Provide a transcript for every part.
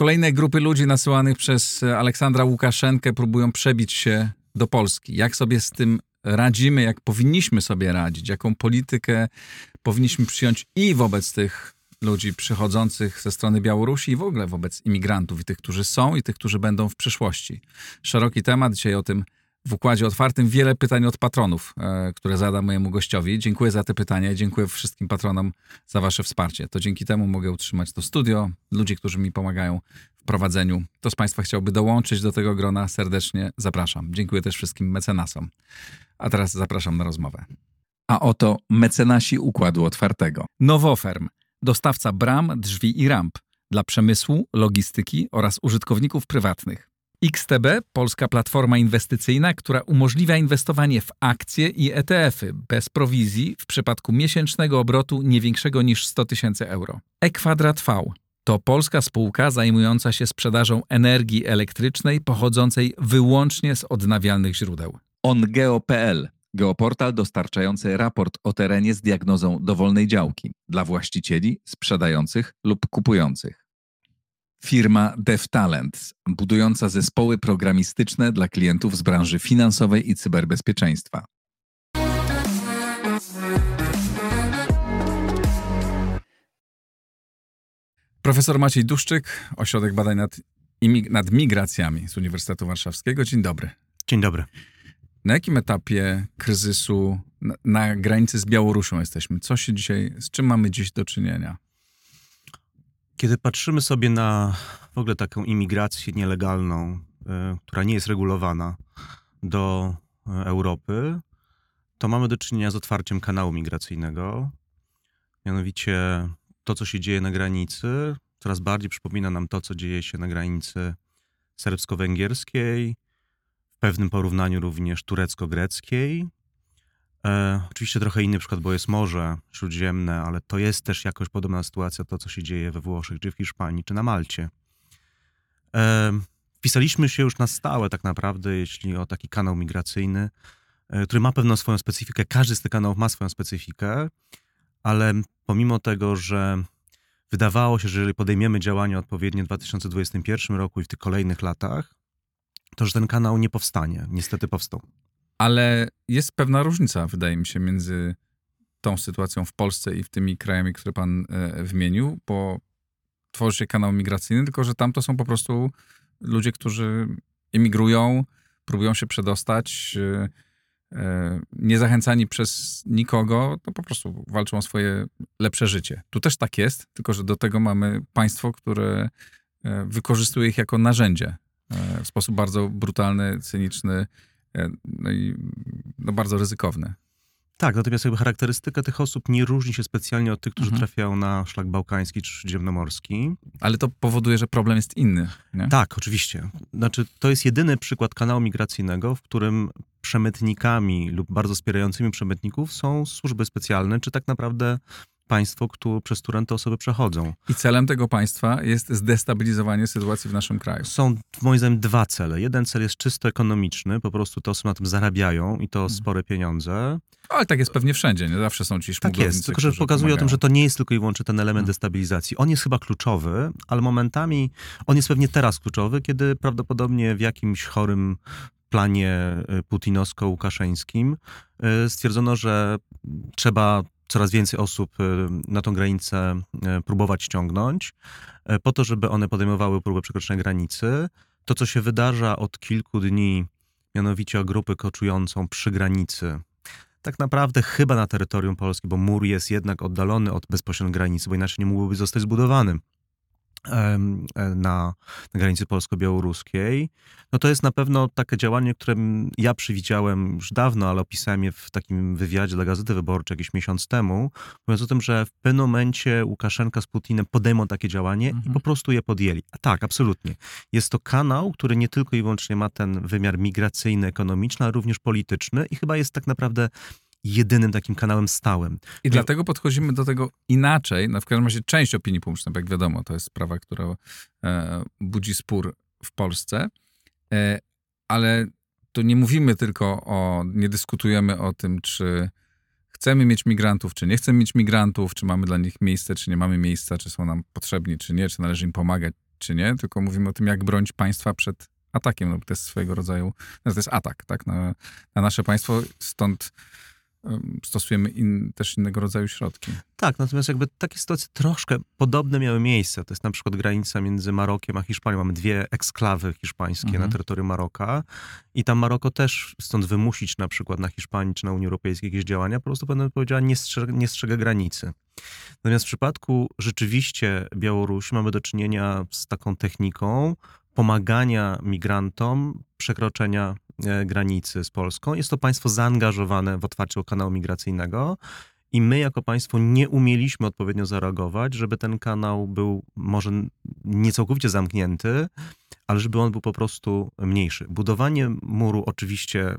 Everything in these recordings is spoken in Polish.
Kolejne grupy ludzi nasyłanych przez Aleksandra Łukaszenkę próbują przebić się do Polski. Jak sobie z tym radzimy, jak powinniśmy sobie radzić, jaką politykę powinniśmy przyjąć i wobec tych ludzi przychodzących ze strony Białorusi i w ogóle wobec imigrantów i tych, którzy są i tych, którzy będą w przyszłości. Szeroki temat, dzisiaj o tym w Układzie Otwartym. Wiele pytań od patronów, które zadam mojemu gościowi. Dziękuję za te pytania i dziękuję wszystkim patronom za wasze wsparcie. To dzięki temu mogę utrzymać to studio, ludzi, którzy mi pomagają w prowadzeniu. Kto z państwa chciałby dołączyć do tego grona, serdecznie zapraszam. Dziękuję też wszystkim mecenasom. A teraz zapraszam na rozmowę. A oto mecenasi Układu Otwartego. Nowoferm, dostawca bram, drzwi i ramp dla przemysłu, logistyki oraz użytkowników prywatnych. XTB, polska platforma inwestycyjna, która umożliwia inwestowanie w akcje i ETF-y bez prowizji w przypadku miesięcznego obrotu nie większego niż 100 000 euro. E-Kwadrat V to polska spółka zajmująca się sprzedażą energii elektrycznej pochodzącej wyłącznie z odnawialnych źródeł. OnGeo.pl, geoportal dostarczający raport o terenie z diagnozą dowolnej działki dla właścicieli, sprzedających lub kupujących. Firma DevTalent, budująca zespoły programistyczne dla klientów z branży finansowej i cyberbezpieczeństwa. Profesor Maciej Duszczyk, Ośrodek Badań nad Migracjami z Uniwersytetu Warszawskiego. Dzień dobry. Dzień dobry. Na jakim etapie kryzysu na granicy z Białorusią jesteśmy? Z czym mamy dziś do czynienia? Kiedy patrzymy sobie na w ogóle taką imigrację nielegalną, która nie jest regulowana do Europy, to mamy do czynienia z otwarciem kanału migracyjnego. Mianowicie to, co się dzieje na granicy, coraz bardziej przypomina nam to, co dzieje się na granicy serbsko-węgierskiej, w pewnym porównaniu również turecko-greckiej. Oczywiście trochę inny przykład, bo jest Morze Śródziemne, ale to jest też jakoś podobna sytuacja, to co się dzieje we Włoszech, czy w Hiszpanii, czy na Malcie. Wpisaliśmy się już na stałe tak naprawdę, jeśli o taki kanał migracyjny, który ma pewną swoją specyfikę. Każdy z tych kanałów ma swoją specyfikę, ale pomimo tego, że wydawało się, że jeżeli podejmiemy działania odpowiednie w 2021 roku i w tych kolejnych latach, to że ten kanał nie powstanie. Niestety powstał. Ale jest pewna różnica, wydaje mi się, między tą sytuacją w Polsce i w tymi krajami, które pan wymienił, bo tworzy się kanał migracyjny, tylko że tam to są po prostu ludzie, którzy emigrują, próbują się przedostać, niezachęcani przez nikogo, to po prostu walczą o swoje lepsze życie. Tu też tak jest, tylko że do tego mamy państwo, które wykorzystuje ich jako narzędzie w sposób bardzo brutalny, cyniczny, no i bardzo ryzykowny. Tak, natomiast jakby charakterystyka tych osób nie różni się specjalnie od tych, którzy trafiają na szlak bałkański czy śródziemnomorski. Ale to powoduje, że problem jest inny, nie? Tak, oczywiście. Znaczy, to jest jedyny przykład kanału migracyjnego, w którym przemytnikami lub bardzo wspierającymi przemytników są służby specjalne, czy tak naprawdę państwo, przez które te osoby przechodzą. I celem tego państwa jest zdestabilizowanie sytuacji w naszym kraju. Są moim zdaniem dwa cele. Jeden cel jest czysto ekonomiczny, po prostu te osoby na tym zarabiają i to spore pieniądze. Ale tak jest pewnie wszędzie, nie zawsze są ci szmuglownicy. Tak jest, tylko że pokazuje o tym, że to nie jest tylko i wyłącznie ten element destabilizacji. On jest chyba kluczowy, ale momentami on jest pewnie teraz kluczowy, kiedy prawdopodobnie w jakimś chorym planie putinowsko-łukaszeńskim stwierdzono, że trzeba coraz więcej osób na tą granicę próbować ściągnąć, po to, żeby one podejmowały próbę przekroczenia granicy. To, co się wydarza od kilku dni, mianowicie o grupę koczującą przy granicy, tak naprawdę chyba na terytorium Polski, bo mur jest jednak oddalony od bezpośredniej granicy, bo inaczej nie mógłby zostać zbudowany na granicy polsko-białoruskiej, no to jest na pewno takie działanie, które ja przewidziałem już dawno, ale opisałem je w takim wywiadzie dla Gazety Wyborczej jakiś miesiąc temu, mówiąc o tym, że w pewnym momencie Łukaszenka z Putinem podejmą takie działanie i po prostu je podjęli. A tak, absolutnie. Jest to kanał, który nie tylko i wyłącznie ma ten wymiar migracyjny, ekonomiczny, ale również polityczny i chyba jest tak naprawdę jedynym takim kanałem stałym. I dlatego podchodzimy do tego inaczej. No w każdym razie część opinii publicznej, jak wiadomo, to jest sprawa, która budzi spór w Polsce, ale tu nie mówimy tylko nie dyskutujemy o tym, czy chcemy mieć migrantów, czy nie chcemy mieć migrantów, czy mamy dla nich miejsce, czy nie mamy miejsca, czy są nam potrzebni, czy nie, czy należy im pomagać, czy nie, tylko mówimy o tym, jak bronić państwa przed atakiem, no bo to jest swojego rodzaju, to jest atak, tak, na nasze państwo, stąd stosujemy też innego rodzaju środki. Tak, natomiast jakby takie sytuacje troszkę podobne miały miejsce. To jest na przykład granica między Marokiem a Hiszpanią. Mamy dwie eksklawy hiszpańskie na terytorium Maroka i tam Maroko też stąd wymusić na przykład na Hiszpanii czy na Unii Europejskiej jakieś działania, po prostu pewnie powiedziała, nie strzega granicy. Natomiast w przypadku rzeczywiście Białorusi mamy do czynienia z taką techniką pomagania migrantom przekroczenia granicy z Polską. Jest to państwo zaangażowane w otwarcie kanału migracyjnego i my jako państwo nie umieliśmy odpowiednio zareagować, żeby ten kanał był może nie całkowicie zamknięty, ale żeby on był po prostu mniejszy. Budowanie muru oczywiście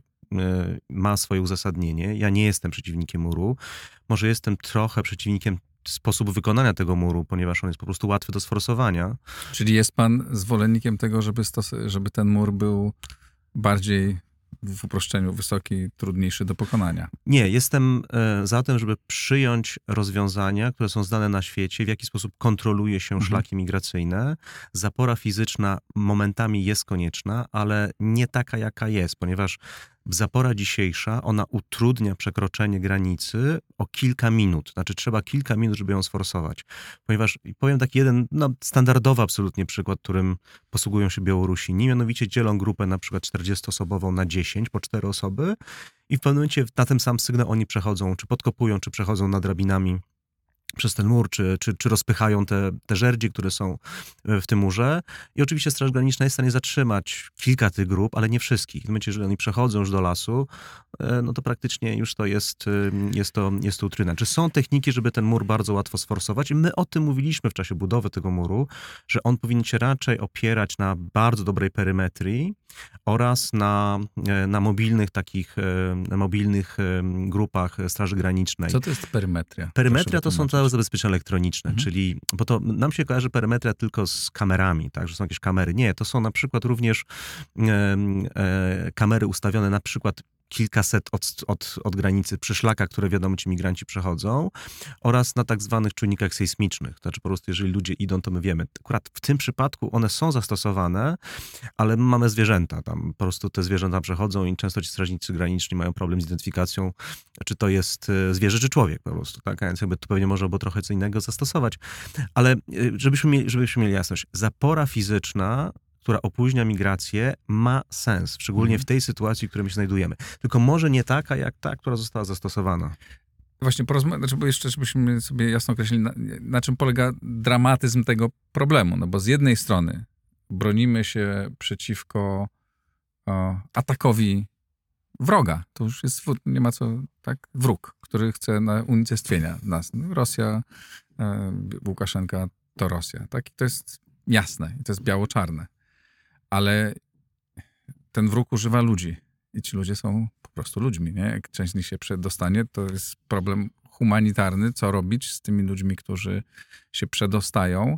ma swoje uzasadnienie. Ja nie jestem przeciwnikiem muru. Może jestem trochę przeciwnikiem sposobu wykonania tego muru, ponieważ on jest po prostu łatwy do sforsowania. Czyli jest pan zwolennikiem tego, żeby ten mur był bardziej w uproszczeniu wysoki, trudniejszy do pokonania? Nie, jestem za tym, żeby przyjąć rozwiązania, które są znane na świecie, w jaki sposób kontroluje się szlaki migracyjne. Zapora fizyczna momentami jest konieczna, ale nie taka, jaka jest, ponieważ zapora dzisiejsza, ona utrudnia przekroczenie granicy o kilka minut. Znaczy trzeba kilka minut, żeby ją sforsować. Ponieważ, powiem taki jeden standardowy absolutnie przykład, którym posługują się Białorusini, mianowicie dzielą grupę na przykład 40-osobową na 10, po 4 osoby i w pewnym momencie na ten sam sygnał oni przechodzą, czy podkopują, czy przechodzą nad drabinami przez ten mur, czy rozpychają te żerdzi, które są w tym murze. I oczywiście Straż Graniczna jest w stanie zatrzymać kilka tych grup, ale nie wszystkich. W momencie, jeżeli oni przechodzą już do lasu, no to praktycznie już to jest to utrudnione. Czy są techniki, żeby ten mur bardzo łatwo sforsować? I my o tym mówiliśmy w czasie budowy tego muru, że on powinien się raczej opierać na bardzo dobrej perymetrii oraz na mobilnych grupach Straży Granicznej. Co to jest perymetria? Perymetria to są całe zabezpieczenia elektroniczne, czyli, bo to nam się kojarzy perymetria tylko z kamerami, tak, że są jakieś kamery. Nie, to są na przykład również kamery ustawione na przykład kilkaset od granicy przy szlakach, które wiadomo ci migranci przechodzą, oraz na tak zwanych czujnikach sejsmicznych. To znaczy po prostu jeżeli ludzie idą, to my wiemy. Akurat w tym przypadku one są zastosowane, ale mamy zwierzęta. Tam po prostu te zwierzęta przechodzą i często ci strażnicy graniczni mają problem z identyfikacją, czy to jest zwierzę, czy człowiek po prostu. Tak? A więc jakby tu pewnie można było trochę co innego zastosować. Ale żebyśmy mieli jasność, zapora fizyczna, która opóźnia migrację, ma sens, szczególnie w tej sytuacji, w której my się znajdujemy. Tylko może nie taka, jak ta, która została zastosowana. Właśnie bo jeszcze żebyśmy sobie jasno określili, na czym polega dramatyzm tego problemu. No bo z jednej strony bronimy się przeciwko atakowi wroga. To już jest, nie ma co, tak? Wróg, który chce na unicestwienia nas. Rosja, Łukaszenka to Rosja. Tak? I to jest jasne. I to jest biało-czarne. Ale ten wróg używa ludzi i ci ludzie są po prostu ludźmi, nie? Jak część z nich się przedostanie, to jest problem humanitarny, co robić z tymi ludźmi, którzy się przedostają,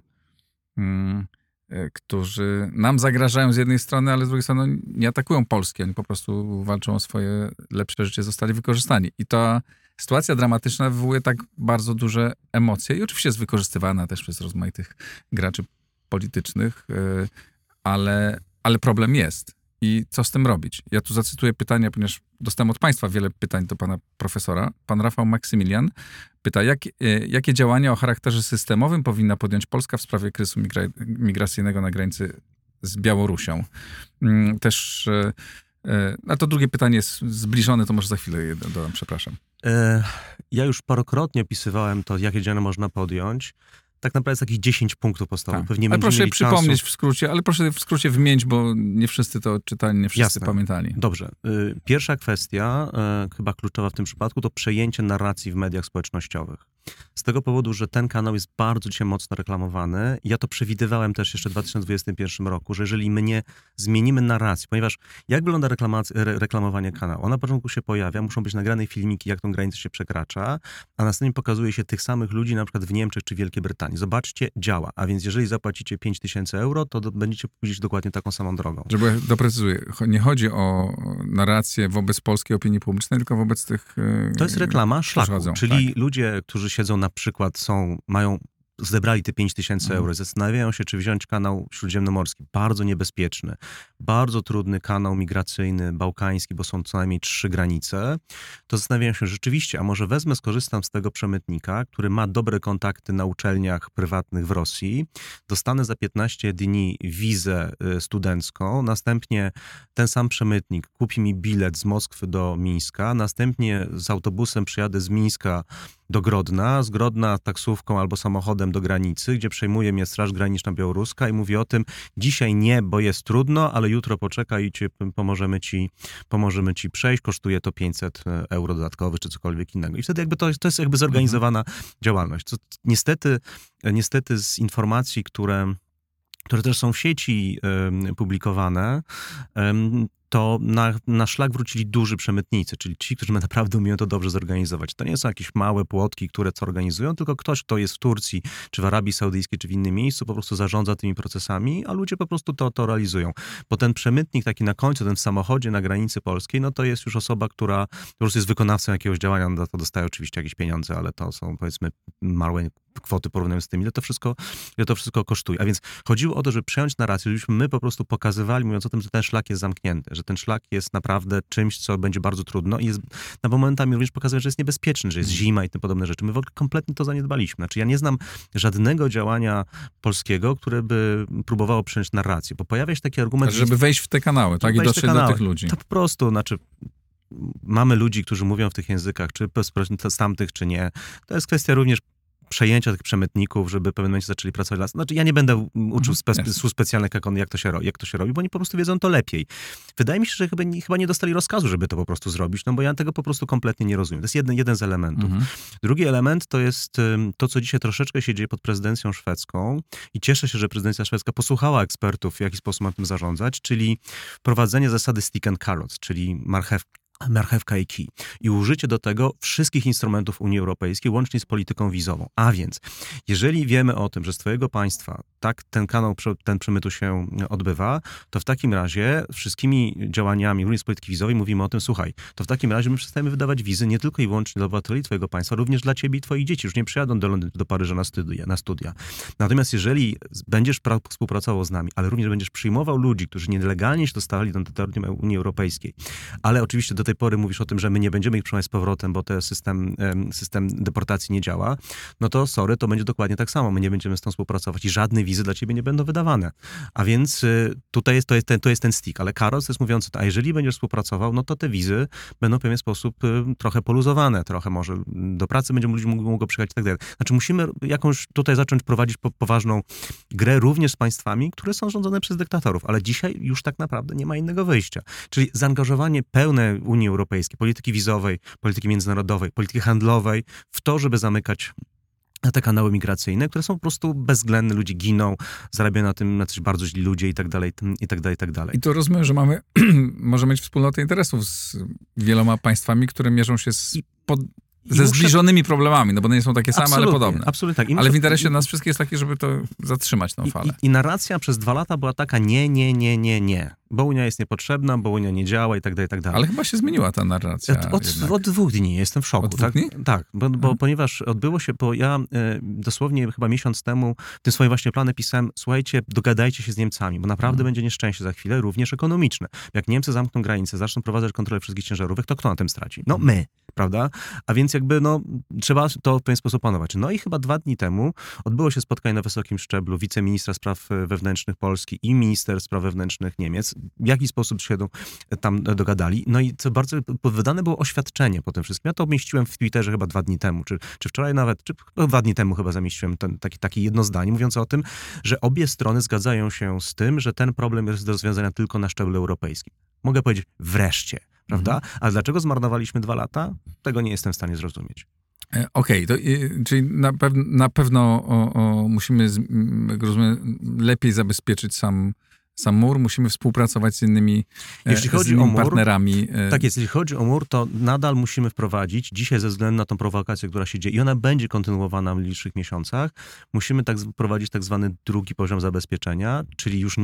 którzy nam zagrażają z jednej strony, ale z drugiej strony nie atakują Polski, oni po prostu walczą o swoje lepsze życie, zostali wykorzystani. I ta sytuacja dramatyczna wywołuje tak bardzo duże emocje i oczywiście jest wykorzystywana też przez rozmaitych graczy politycznych, ale problem jest. I co z tym robić? Ja tu zacytuję pytania, ponieważ dostałem od państwa wiele pytań do pana profesora. Pan Rafał Maksymilian pyta, jakie działania o charakterze systemowym powinna podjąć Polska w sprawie kryzysu migracyjnego na granicy z Białorusią? Też, a to drugie pytanie jest zbliżone, to może za chwilę je dodam, przepraszam. Ja już parokrotnie opisywałem to, jakie działania można podjąć. Tak naprawdę jest takich 10 punktów podstawowych. Tak. Ale proszę przypomnieć w skrócie, ale proszę w skrócie wymienić, bo nie wszyscy to czytali, nie wszyscy pamiętali. Dobrze. Pierwsza kwestia, chyba kluczowa w tym przypadku, to przejęcie narracji w mediach społecznościowych. Z tego powodu, że ten kanał jest bardzo dzisiaj mocno reklamowany. Ja to przewidywałem też jeszcze w 2021 roku, że jeżeli my nie zmienimy narracji, ponieważ jak wygląda reklamowanie kanału? On na początku się pojawia, muszą być nagrane filmiki, jak tą granicę się przekracza, a następnie pokazuje się tych samych ludzi na przykład w Niemczech czy Wielkiej Brytanii. Zobaczcie, działa. A więc jeżeli zapłacicie 5000 euro, to będziecie pójść dokładnie taką samą drogą. Żeby doprecyzuję, nie chodzi o narrację wobec polskiej opinii publicznej, tylko wobec tych... To jest reklama szlaku, czyli tak. ludzie, którzy siedzą na przykład, mają zebrali te 5000 euro, zastanawiają się, czy wziąć kanał śródziemnomorski, bardzo niebezpieczny, bardzo trudny kanał migracyjny, bałkański, bo są co najmniej 3 granice, to zastanawiają się rzeczywiście, a może wezmę, skorzystam z tego przemytnika, który ma dobre kontakty na uczelniach prywatnych w Rosji, dostanę za 15 dni wizę studencką, następnie ten sam przemytnik kupi mi bilet z Moskwy do Mińska, następnie z autobusem przyjadę z Mińska do Grodna, z Grodna taksówką albo samochodem do granicy, gdzie przejmuje mnie Straż Graniczna Białoruska i mówi o tym, dzisiaj nie, bo jest trudno, ale jutro poczekaj i pomożemy ci przejść, kosztuje to 500 euro dodatkowych czy cokolwiek innego. I wtedy jakby to jest jakby zorganizowana działalność. To niestety z informacji, które też są w sieci publikowane, to na szlak wrócili duży przemytnicy, czyli ci, którzy naprawdę umieją to dobrze zorganizować. To nie są jakieś małe płotki, które co organizują, tylko ktoś, kto jest w Turcji, czy w Arabii Saudyjskiej, czy w innym miejscu, po prostu zarządza tymi procesami, a ludzie po prostu to realizują. Bo ten przemytnik taki na końcu, ten w samochodzie na granicy polskiej, no to jest już osoba, która po prostu jest wykonawcą jakiegoś działania, no to dostaje oczywiście jakieś pieniądze, ale to są, powiedzmy, małe kwoty porównując z tym, ile to wszystko kosztuje. A więc chodziło o to, żeby przejąć narrację, żebyśmy my po prostu pokazywali, mówiąc o tym, że ten szlak jest zamknięty, że ten szlak jest naprawdę czymś, co będzie bardzo trudno i jest momentami również pokazywać, że jest niebezpieczny, że jest zima i tym podobne rzeczy. My w ogóle kompletnie to zaniedbaliśmy. Znaczy ja nie znam żadnego działania polskiego, które by próbowało przejąć narrację, bo pojawia się taki argument... Żeby wejść w te kanały, tak? I dotrzeć do tych ludzi. To po prostu, znaczy... Mamy ludzi, którzy mówią w tych językach, czy z tamtych, czy nie. To jest kwestia również przejęcia tych przemytników, żeby w pewnym momencie zaczęli pracować. Znaczy ja nie będę uczył słów specjalnych, jak to się robi, bo oni po prostu wiedzą to lepiej. Wydaje mi się, że chyba nie dostali rozkazu, żeby to po prostu zrobić, no bo ja tego po prostu kompletnie nie rozumiem. To jest jeden z elementów. Drugi element to jest to, co dzisiaj troszeczkę się dzieje pod prezydencją szwedzką i cieszę się, że prezydencja szwedzka posłuchała ekspertów, w jaki sposób ma tym zarządzać, czyli wprowadzenie zasady stick and carrots, czyli marchewka i kij. I użycie do tego wszystkich instrumentów Unii Europejskiej, łącznie z polityką wizową. A więc, jeżeli wiemy o tym, że z twojego państwa ten przemytu się odbywa, to w takim razie wszystkimi działaniami również z polityki wizowej mówimy o tym, słuchaj, to w takim razie my przestajemy wydawać wizy nie tylko i wyłącznie dla obywateli twojego państwa, również dla ciebie i twoich dzieci. Już nie przyjadą do Londynu, do Paryża na studia. Natomiast jeżeli będziesz współpracował z nami, ale również będziesz przyjmował ludzi, którzy nielegalnie się dostali do terytorium Unii Europejskiej, ale oczywiście do tej pory mówisz o tym, że my nie będziemy ich przyjmować z powrotem, bo ten system deportacji nie działa, no to sorry, to będzie dokładnie tak samo. My nie będziemy z tą współpracować i żadne wizy dla ciebie nie będą wydawane. A więc tutaj to jest ten stick. Ale Karol jest mówiący, a jeżeli będziesz współpracował, no to te wizy będą w pewien sposób trochę poluzowane, trochę może do pracy będziemy ludzi mogło przyjechać i tak dalej. Znaczy musimy jakąś tutaj zacząć prowadzić poważną grę również z państwami, które są rządzone przez dyktatorów, ale dzisiaj już tak naprawdę nie ma innego wyjścia. Czyli zaangażowanie pełne Unii Europejskiej, polityki wizowej, polityki międzynarodowej, polityki handlowej w to, żeby zamykać te kanały migracyjne, które są po prostu bezwzględne, ludzie giną, zarabiają na tym jacyś bardzo źli ludzie i tak dalej, i tak dalej, i tak dalej. I to rozumiem, że możemy mieć wspólnotę interesów z wieloma państwami, które mierzą się ze zbliżonymi problemami, no bo one nie są takie same, ale podobne. Absolutnie tak. Ale w interesie nas wszystkich jest takie, żeby to zatrzymać, tą falę. I narracja przez 2 lata była taka nie. Bo Unia jest niepotrzebna, bo Unia nie działa i tak dalej, i tak dalej. Ale chyba się zmieniła ta narracja. Od 2 dni jestem w szoku. Od 2 dni? Tak, bo ponieważ odbyło się, bo ja dosłownie chyba miesiąc temu w tym swoim właśnie planie pisałem, słuchajcie, dogadajcie się z Niemcami, bo naprawdę będzie nieszczęście za chwilę, również ekonomiczne. Jak Niemcy zamkną granicę, zaczną prowadzać kontrolę wszystkich ciężarówek, to kto na tym straci? No my, prawda? A więc jakby trzeba to w pewien sposób panować. No i chyba 2 dni temu odbyło się spotkanie na wysokim szczeblu wiceministra spraw wewnętrznych Polski i minister spraw wewnętrznych Niemiec. W jaki sposób się tam dogadali. No i co bardzo, wydane było oświadczenie po tym wszystkim. Ja to umieściłem w Twitterze chyba 2 dni temu, czy wczoraj nawet, czy 2 dni temu chyba zamieściłem takie jedno zdanie mówiące o tym, że obie strony zgadzają się z tym, że ten problem jest do rozwiązania tylko na szczeblu europejskim. Mogę powiedzieć wreszcie, prawda? A dlaczego zmarnowaliśmy 2 lata? Tego nie jestem w stanie zrozumieć. Okej, czyli na pewno musimy, jak rozumiem, lepiej zabezpieczyć sam mur, musimy współpracować z innymi, partnerami. Tak jest, jeśli chodzi o mur, to nadal musimy wprowadzić, dzisiaj ze względu na tą prowokację, która się dzieje i ona będzie kontynuowana w najbliższych miesiącach, musimy wprowadzić tak zwany drugi poziom zabezpieczenia, czyli już nie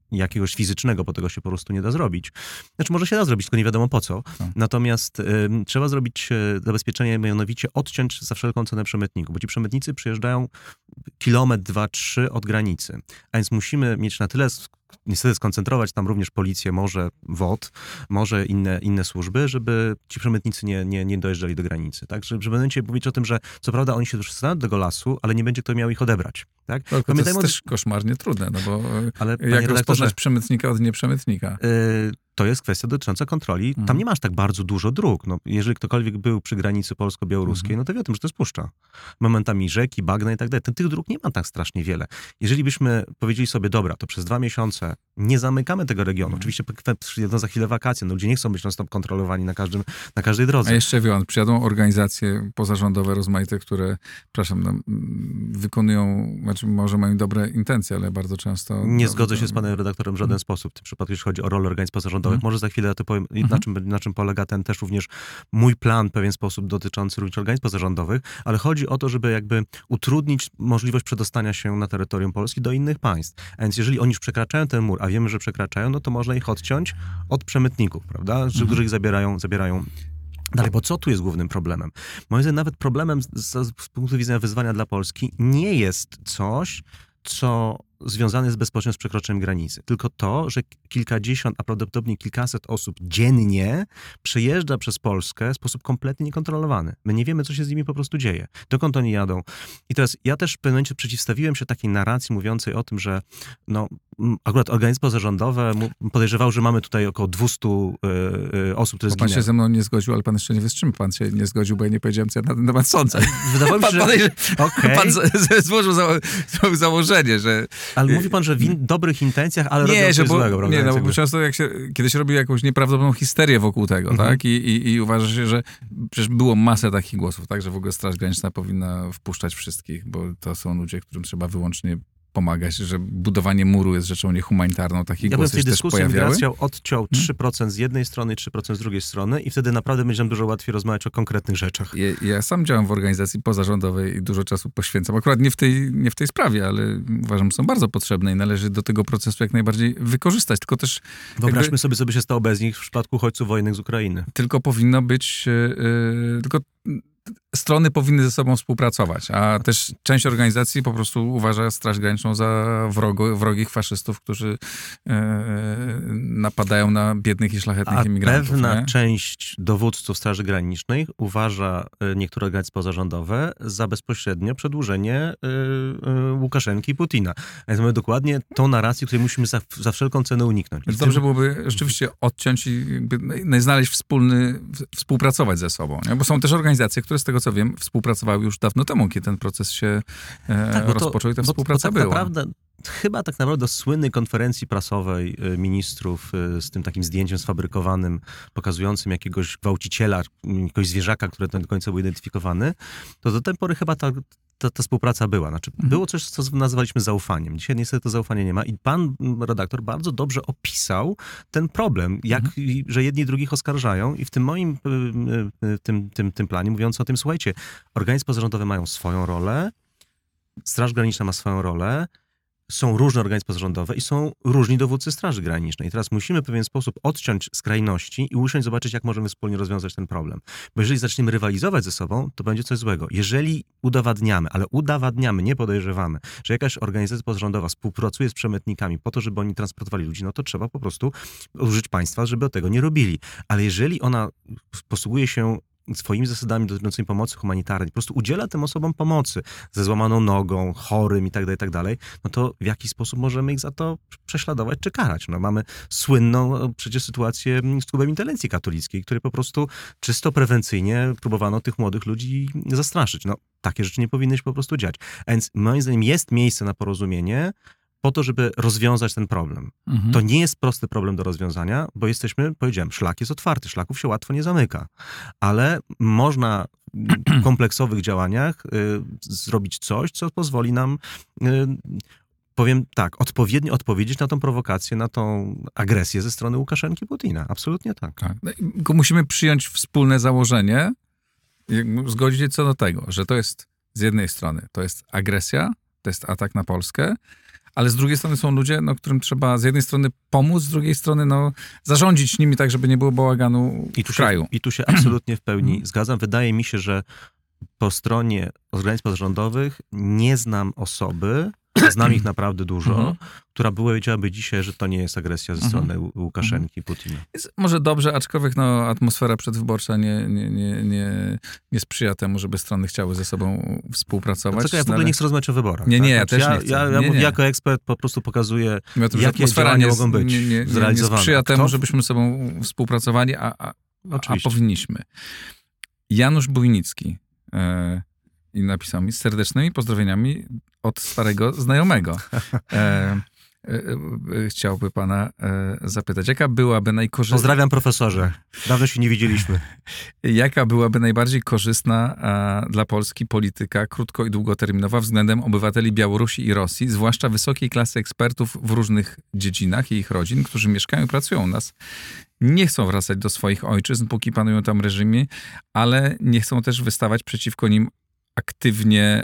jakiegoś fizycznego, bo tego się po prostu nie da zrobić. Znaczy może się da zrobić, tylko nie wiadomo po co. Natomiast trzeba zrobić zabezpieczenie, mianowicie odciąć za wszelką cenę przemytników, bo ci przemytnicy przyjeżdżają kilometr, 2, 3 od granicy. A więc musimy mieć na tyle niestety skoncentrować tam również policję, może WOT, może inne służby, żeby ci przemytnicy nie dojeżdżali do granicy. Tak? Żeby będziecie mówić o tym, że co prawda oni się dostaną do tego lasu, ale nie będzie kto miał ich odebrać. Tak? To jest też koszmarnie trudne, no bo ale, jak rozpoznać przemytnika od nieprzemytnika? To jest kwestia dotycząca kontroli. Tam nie masz tak bardzo dużo dróg. No, jeżeli ktokolwiek był przy granicy polsko-białoruskiej, no to wie o tym, że to jest puszcza. Momentami rzeki, bagna i tak dalej. Tych dróg nie ma tak strasznie wiele. Jeżeli byśmy powiedzieli sobie, dobra, to przez 2 miesiące nie zamykamy tego regionu. Oczywiście przyjadą za chwilę wakacje, no ludzie nie chcą być non-stop kontrolowani na każdej drodze. A jeszcze przyjadą organizacje pozarządowe rozmaite, które, wykonują, znaczy może mają dobre intencje, ale bardzo często... Nie zgodzę się z panem redaktorem w żaden sposób. W tym przypadku, jeśli chodzi o rolę organizacji pozarządowych, może za chwilę to powiem, na czym polega też również mój plan w pewien sposób dotyczący również organizacji pozarządowych, ale chodzi o to, żeby jakby utrudnić możliwość przedostania się na terytorium Polski do innych państw. A więc jeżeli oni już przekraczają ten mur, a wiemy, że przekraczają, no to można ich odciąć od przemytników, prawda? Którzy ich zabierają dalej, bo co tu jest głównym problemem? Moim zdaniem nawet problemem z punktu widzenia wyzwania dla Polski nie jest coś, co związane jest bezpośrednio z przekroczeniem granicy. Tylko to, że kilkadziesiąt, a prawdopodobnie kilkaset osób dziennie przejeżdża przez Polskę w sposób kompletnie niekontrolowany. My nie wiemy, co się z nimi po prostu dzieje. Dokąd oni jadą. I teraz ja też w pewnym momencie przeciwstawiłem się takiej narracji mówiącej o tym, że akurat organizacje pozarządowe podejrzewały, że mamy tutaj około 200 osób, które zginęły. Pan się ze mną nie zgodził, ale pan jeszcze nie wie, z czym pan się nie zgodził, bo ja nie powiedziałem, co ja na ten temat sądzę. Wydawało mi się, pan złożył założenie, że... Ale mówi pan, że w dobrych intencjach, ale robią coś złego. Nie, bo często kiedyś robił jakąś nieprawdopodobną histerię wokół tego, tak? I uważa się, że przecież było masę takich głosów, tak? Że w ogóle Straż Graniczna powinna wpuszczać wszystkich, bo to są ludzie, którym trzeba wyłącznie pomagać, że budowanie muru jest rzeczą niehumanitarną. Takie głosy się też pojawiały. Ja bym odciął 3% z jednej strony, 3% z drugiej strony i wtedy naprawdę będzie nam dużo łatwiej rozmawiać o konkretnych rzeczach. Ja sam działam w organizacji pozarządowej i dużo czasu poświęcam. Akurat nie w tej sprawie, ale uważam, że są bardzo potrzebne i należy do tego procesu jak najbardziej wykorzystać. Tylko też... Wyobraźmy sobie, co by się stało bez nich w przypadku uchodźców wojennych z Ukrainy. Tylko powinno być... Strony powinny ze sobą współpracować, a też część organizacji po prostu uważa Straż Graniczną za wrogich faszystów, którzy napadają na biednych i szlachetnych imigrantów. Pewna część dowódców Straży Granicznej uważa niektóre organizacje pozarządowe za bezpośrednie przedłużenie Łukaszenki i Putina. A więc mamy dokładnie tą narrację, której musimy za wszelką cenę uniknąć. Więc dobrze byłoby rzeczywiście odciąć i znaleźć współpracować ze sobą. Nie? Bo są też organizacje, które z tego co wiem, współpracowały już dawno temu, kiedy ten proces się rozpoczął i ta współpraca była. Chyba tak naprawdę do słynnej konferencji prasowej ministrów z tym takim zdjęciem sfabrykowanym, pokazującym jakiegoś gwałciciela, jakiegoś zwierzaka, który do końca był identyfikowany, to do tej pory chyba ta współpraca była. Znaczy, było coś, co nazwaliśmy zaufaniem. Dzisiaj niestety to zaufanie nie ma i pan redaktor bardzo dobrze opisał ten problem, że jedni drugich oskarżają i w tym moim tym planie mówiąc o tym, słuchajcie, organizacje pozarządowe mają swoją rolę, Straż Graniczna ma swoją rolę, są różne organizacje pozarządowe i są różni dowódcy Straży Granicznej. I teraz musimy w pewien sposób odciąć skrajności i usiąść zobaczyć, jak możemy wspólnie rozwiązać ten problem. Bo jeżeli zaczniemy rywalizować ze sobą, to będzie coś złego. Jeżeli udowadniamy, nie podejrzewamy, że jakaś organizacja pozarządowa współpracuje z przemytnikami po to, żeby oni transportowali ludzi, no to trzeba po prostu użyć państwa, żeby tego nie robili. Ale jeżeli ona posługuje się swoimi zasadami dotyczącymi pomocy humanitarnej, po prostu udziela tym osobom pomocy ze złamaną nogą, chorym i tak dalej, no to w jaki sposób możemy ich za to prześladować czy karać? No mamy słynną przecież sytuację z klubem Interwencji Katolickiej, który po prostu czysto prewencyjnie próbowano tych młodych ludzi zastraszyć. No takie rzeczy nie powinny się po prostu dziać. A więc moim zdaniem jest miejsce na porozumienie po to, żeby rozwiązać ten problem. To nie jest prosty problem do rozwiązania, bo powiedziałem, szlak jest otwarty, szlaków się łatwo nie zamyka, ale można w kompleksowych działaniach zrobić coś, co pozwoli nam, powiem tak, odpowiednio odpowiedzieć na tą prowokację, na tą agresję ze strony Łukaszenki i Putina. Absolutnie tak. Tylko musimy przyjąć wspólne założenie, zgodzić się co do tego, że to jest z jednej strony, to jest agresja, to jest atak na Polskę, ale z drugiej strony są ludzie, którym trzeba z jednej strony pomóc, z drugiej strony zarządzić nimi tak, żeby nie było bałaganu w kraju. I tu się absolutnie w pełni zgadzam. Wydaje mi się, że po stronie organizacji pozarządowych nie znam osoby, znam ich naprawdę dużo, która powiedziałaby dzisiaj, że to nie jest agresja ze strony Łukaszenki, Putina. Jest może dobrze, aczkolwiek atmosfera przedwyborcza nie sprzyja temu, żeby strony chciały ze sobą współpracować. Dlaczego ja w ogóle nie chcę rozmawiać o wyborach? Nie, tak? ja też nie chcę. Ja mówię jako ekspert, po prostu pokazuję, jakie działania mogą być zrealizowane. Nie sprzyja temu, żebyśmy ze sobą współpracowali, a powinniśmy. Janusz Bujnicki i napisał mi z serdecznymi pozdrowieniami od starego znajomego. Chciałby pana zapytać, jaka byłaby najkorzystniejsza... Pozdrawiam, profesorze. Dawno się nie widzieliśmy. Jaka byłaby najbardziej korzystna dla Polski polityka krótko- i długoterminowa względem obywateli Białorusi i Rosji, zwłaszcza wysokiej klasy ekspertów w różnych dziedzinach i ich rodzin, którzy mieszkają i pracują u nas, nie chcą wracać do swoich ojczyzn, póki panują tam reżimy, ale nie chcą też wystawać przeciwko nim aktywnie,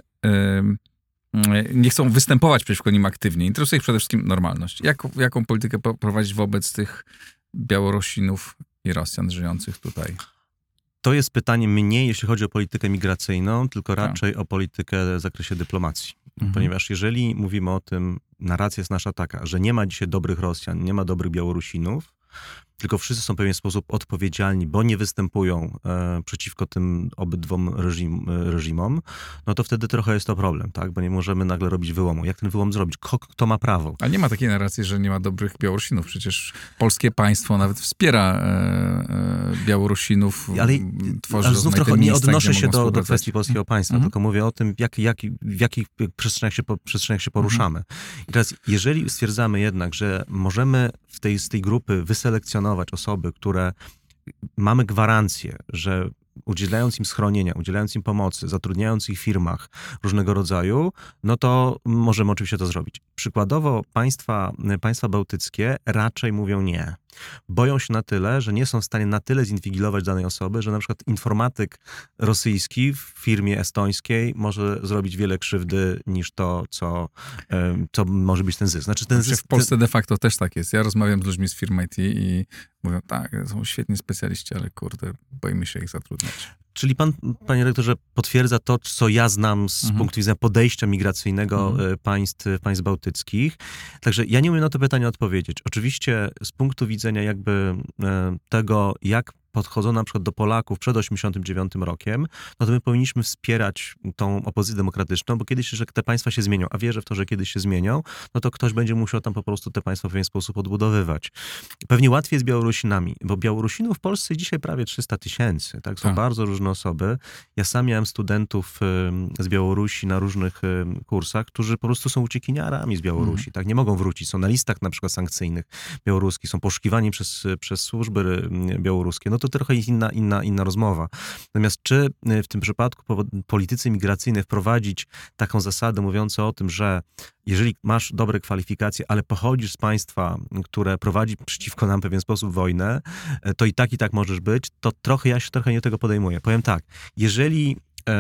nie chcą występować przeciwko nim aktywnie. Interesuje ich przede wszystkim normalność. Jaką politykę prowadzić wobec tych Białorusinów i Rosjan żyjących tutaj? To jest pytanie mniej, jeśli chodzi o politykę migracyjną, tylko raczej o politykę w zakresie dyplomacji. Ponieważ jeżeli mówimy o tym, narracja jest nasza taka, że nie ma dzisiaj dobrych Rosjan, nie ma dobrych Białorusinów, tylko wszyscy są w pewien sposób odpowiedzialni, bo nie występują przeciwko tym obydwom reżimom, no to wtedy trochę jest to problem, tak? Bo nie możemy nagle robić wyłomu. Jak ten wyłom zrobić? Kto ma prawo? A nie ma takiej narracji, że nie ma dobrych Białorusinów. Przecież polskie państwo nawet wspiera Białorusinów. Ale znów trochę nie odnoszę się do kwestii polskiego państwa, tylko mówię o tym, w jakich przestrzeniach się poruszamy. I teraz, jeżeli stwierdzamy jednak, że możemy z tej grupy wyselekcjonować osoby, które mamy gwarancję, że udzielając im schronienia, udzielając im pomocy, zatrudniając ich w firmach różnego rodzaju, no to możemy oczywiście to zrobić. Przykładowo państwa bałtyckie raczej mówią nie. Boją się na tyle, że nie są w stanie na tyle zinwigilować danej osoby, że na przykład informatyk rosyjski w firmie estońskiej może zrobić wiele krzywdy niż to, co może być ten zysk. Znaczy w Polsce de facto też tak jest. Ja rozmawiam z ludźmi z firmy IT i mówią, tak, są świetni specjaliści, ale kurde, boimy się ich zatrudniać. Czyli pan, panie rektorze, potwierdza to, co ja znam z punktu widzenia podejścia migracyjnego państw bałtyckich. Także ja nie umiem na to pytanie odpowiedzieć. Oczywiście z punktu widzenia jakby tego, jak podchodzono na przykład do Polaków przed 1989 rokiem, no to my powinniśmy wspierać tą opozycję demokratyczną, bo kiedyś, że te państwa się zmienią, a wierzę w to, że kiedyś się zmienią, no to ktoś będzie musiał tam po prostu te państwa w pewien sposób odbudowywać. Pewnie łatwiej z Białorusinami, bo Białorusinów w Polsce dzisiaj prawie 300 000, tak? Są bardzo różne osoby. Ja sam miałem studentów z Białorusi na różnych kursach, którzy po prostu są uciekiniarami z Białorusi, tak? Nie mogą wrócić. Są na listach na przykład sankcyjnych białoruskich, są poszukiwani przez służby białoruskie. No to trochę inna rozmowa. Natomiast czy w tym przypadku polityce migracyjnej wprowadzić taką zasadę mówiącą o tym, że jeżeli masz dobre kwalifikacje, ale pochodzisz z państwa, które prowadzi przeciwko nam w pewien sposób wojnę, to i tak możesz być, to ja się trochę nie tego podejmuję. Powiem tak, jeżeli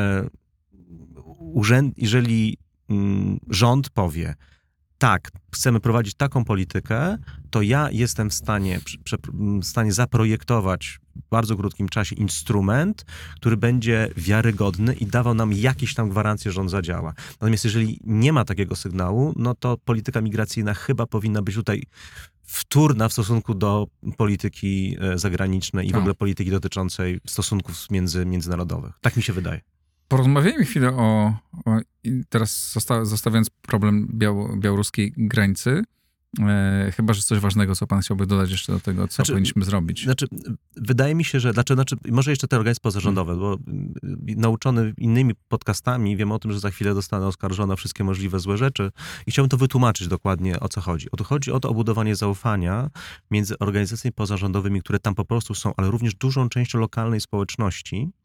rząd powie, tak, chcemy prowadzić taką politykę, to ja jestem w stanie zaprojektować w bardzo krótkim czasie instrument, który będzie wiarygodny i dawał nam jakieś tam gwarancje, że on zadziała. Natomiast jeżeli nie ma takiego sygnału, no to polityka migracyjna chyba powinna być tutaj wtórna w stosunku do polityki zagranicznej i w ogóle polityki dotyczącej stosunków międzynarodowych. Tak mi się wydaje. Porozmawiajmy chwilę teraz zostawiając problem białoruskiej granicy, chyba, że coś ważnego, co pan chciałby dodać jeszcze do tego, co powinniśmy zrobić. Wydaje mi się, że może jeszcze te organizacje pozarządowe, bo nauczony innymi podcastami wiem o tym, że za chwilę zostanę oskarżony o wszystkie możliwe złe rzeczy i chciałbym to wytłumaczyć dokładnie, o co chodzi. Chodzi o to o budowanie zaufania między organizacjami pozarządowymi, które tam po prostu są, ale również dużą częścią lokalnej społeczności,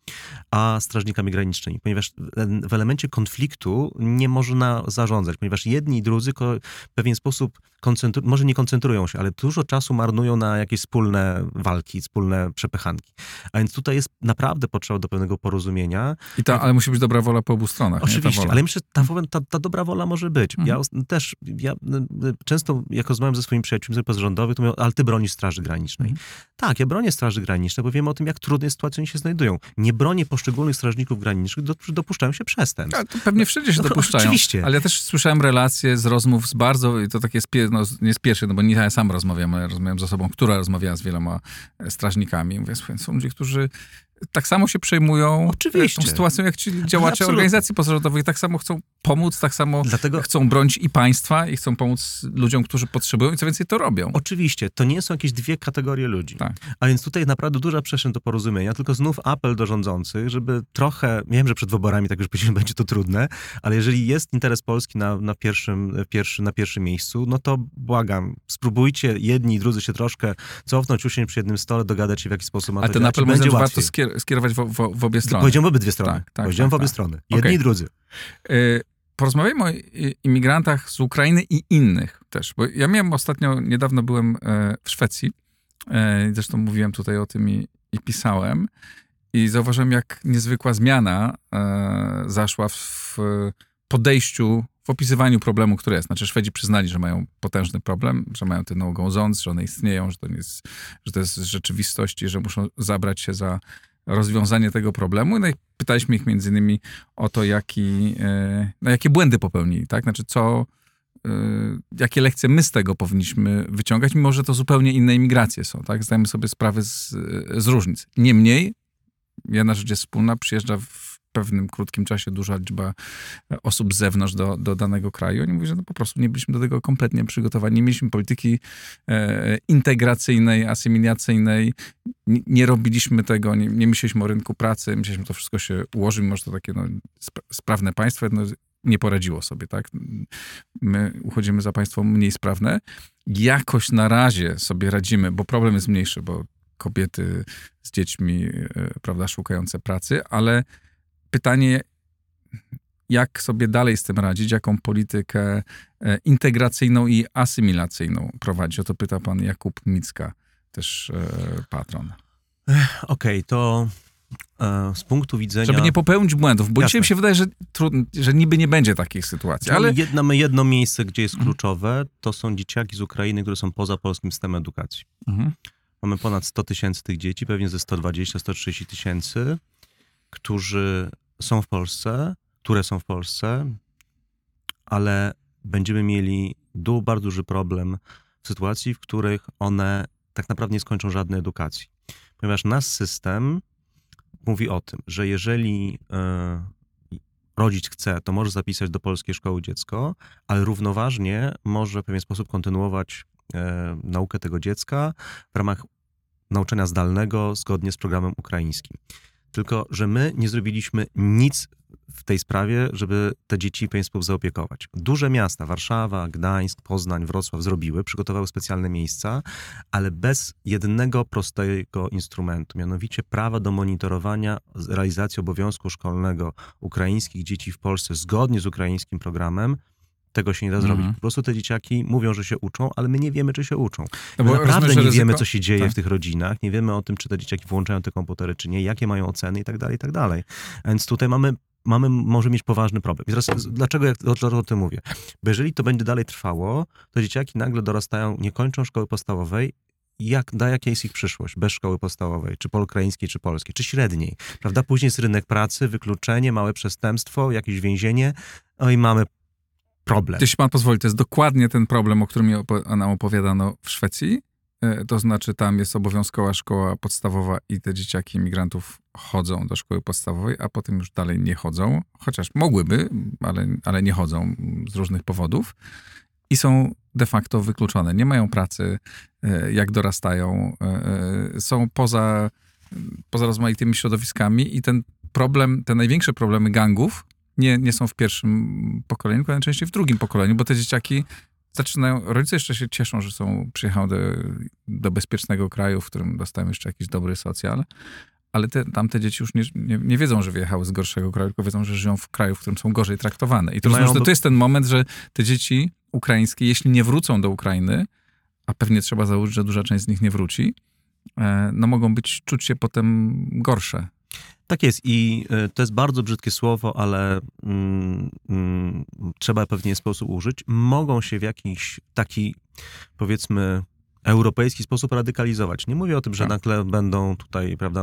a strażnikami granicznymi, ponieważ w elemencie konfliktu nie można zarządzać, ponieważ jedni i drudzy w pewien sposób może nie koncentrują się, ale dużo czasu marnują na jakieś wspólne walki, wspólne przepychanki. A więc tutaj jest naprawdę potrzeba do pewnego porozumienia. Ale musi być dobra wola po obu stronach. Oczywiście, ale myślę, że ta dobra wola może być. Ja często, jak rozmawiam ze swoimi przyjaciółmi pozarządowych, to mówią, ale ty bronisz Straży Granicznej. Tak, ja bronię Straży Granicznej, bo wiem o tym, jak trudnej sytuacji oni się znajdują. Nie bronię poszczególnych strażników granicznych, którzy dopuszczają się przestępstw. Ale to pewnie wszędzie się dopuszczają. Oczywiście. Ale ja też słyszałem relacje z rozmów z bardzo, i to takie nie z pierwszych, no bo nie ja sam rozmawiam, ale rozmawiam z osobą, która rozmawiała z wieloma strażnikami. Mówię, są ludzie, którzy tak samo się przejmują tą sytuacją, jak ci działacze organizacji pozarządowych. Tak samo chcą pomóc, tak samo chcą bronić i państwa, i chcą pomóc ludziom, którzy potrzebują i co więcej to robią. Oczywiście, to nie są jakieś dwie kategorie ludzi. Tak. A więc tutaj naprawdę duża przestrzeń do porozumienia, tylko znów apel do rządzących, żeby trochę, wiem, że przed wyborami tak już powiedziałem, będzie to trudne, ale jeżeli jest interes Polski na pierwszym miejscu, no to błagam, spróbujcie jedni i drudzy się troszkę cofnąć, usiąść przy jednym stole, dogadać się w jakiś sposób. A ten apel będzie warto skierować w obie strony. Powiedziałem w obydwie strony. Powiedziałem w obie strony. Jedni i drudzy. Porozmawiajmy o imigrantach z Ukrainy i innych też, bo ja niedawno byłem w Szwecji, zresztą mówiłem tutaj o tym i pisałem i zauważyłem, jak niezwykła zmiana zaszła w podejściu, w opisywaniu problemu, który jest. Znaczy Szwedzi przyznali, że mają potężny problem, że mają te no-go-zones, że one istnieją, że to jest rzeczywistość i że muszą zabrać się za rozwiązanie tego problemu. No i pytaliśmy ich między innymi o to, jakie błędy popełnili, tak? Znaczy jakie lekcje my z tego powinniśmy wyciągać, mimo że to zupełnie inne imigracje są, tak? Zdajemy sobie sprawę z różnic. Niemniej, jedna rzecz jest wspólna, przyjeżdża w pewnym krótkim czasie duża liczba osób z zewnątrz do danego kraju. Oni mówią, że po prostu nie byliśmy do tego kompletnie przygotowani. Nie mieliśmy polityki integracyjnej, asymilacyjnej. Nie robiliśmy tego, nie myśleliśmy o rynku pracy. Myśleliśmy, że to wszystko się ułoży, mimo że to takie sprawne państwo nie poradziło sobie, tak? My uchodzimy za państwo mniej sprawne. Jakoś na razie sobie radzimy, bo problem jest mniejszy, bo kobiety z dziećmi, prawda, szukające pracy, ale pytanie, jak sobie dalej z tym radzić, jaką politykę integracyjną i asymilacyjną prowadzi? O to pyta pan Jakub Micka, też patron. Okej, to z punktu widzenia... Żeby nie popełnić błędów, bo dzisiaj mi się wydaje, że niby nie będzie takich sytuacji, ale... Mamy jedno miejsce, gdzie jest kluczowe, to są dzieciaki z Ukrainy, które są poza polskim systemem edukacji. Mamy ponad 100 tysięcy tych dzieci, pewnie ze 120-130 tysięcy, które są w Polsce, ale będziemy mieli bardzo duży problem w sytuacji, w których one tak naprawdę nie skończą żadnej edukacji. Ponieważ nasz system mówi o tym, że jeżeli rodzic chce, to może zapisać do polskiej szkoły dziecko, ale równoważnie może w pewien sposób kontynuować naukę tego dziecka w ramach nauczania zdalnego zgodnie z programem ukraińskim. Tylko że my nie zrobiliśmy nic w tej sprawie, żeby te dzieci w pewien sposób zaopiekować. Duże miasta, Warszawa, Gdańsk, Poznań, Wrocław przygotowały specjalne miejsca, ale bez jednego prostego instrumentu, mianowicie prawa do monitorowania realizacji obowiązku szkolnego ukraińskich dzieci w Polsce zgodnie z ukraińskim programem, tego się nie da zrobić. Po prostu te dzieciaki mówią, że się uczą, ale my nie wiemy, czy się uczą. My naprawdę nie wiemy, co się dzieje w tych rodzinach, nie wiemy o tym, czy te dzieciaki włączają te komputery, czy nie, jakie mają oceny i tak dalej, i tak dalej. A więc tutaj może mieć poważny problem. I teraz dlaczego o tym mówię? Bo jeżeli to będzie dalej trwało, to dzieciaki nagle dorastają, nie kończą szkoły podstawowej. Jaka jest ich przyszłość bez szkoły podstawowej, czy ukraińskiej, czy polskiej, czy średniej, prawda? Później jest rynek pracy, wykluczenie, małe przestępstwo, jakieś więzienie, no i mamy problem. Jeśli pan pozwoli, to jest dokładnie ten problem, o którym nam opowiadano w Szwecji. To znaczy tam jest obowiązkowa szkoła podstawowa i te dzieciaki imigrantów chodzą do szkoły podstawowej, a potem już dalej nie chodzą, chociaż mogłyby, ale nie chodzą z różnych powodów i są de facto wykluczone. Nie mają pracy, jak dorastają, są poza rozmaitymi środowiskami i ten problem, te największe problemy gangów nie są w pierwszym pokoleniu, tylko najczęściej w drugim pokoleniu, bo te dzieciaki rodzice jeszcze się cieszą, że przyjechały do bezpiecznego kraju, w którym dostają jeszcze jakiś dobry socjal, ale tamte dzieci już nie wiedzą, że wyjechały z gorszego kraju, tylko wiedzą, że żyją w kraju, w którym są gorzej traktowane. I to rozumiem, że to jest ten moment, że te dzieci ukraińskie, jeśli nie wrócą do Ukrainy, a pewnie trzeba założyć, że duża część z nich nie wróci, no mogą czuć się potem gorsze. Tak jest i to jest bardzo brzydkie słowo, ale trzeba pewnie sposób użyć. Mogą się w jakiś taki, powiedzmy, europejski sposób radykalizować. Nie mówię o tym, że nagle będą tutaj, prawda,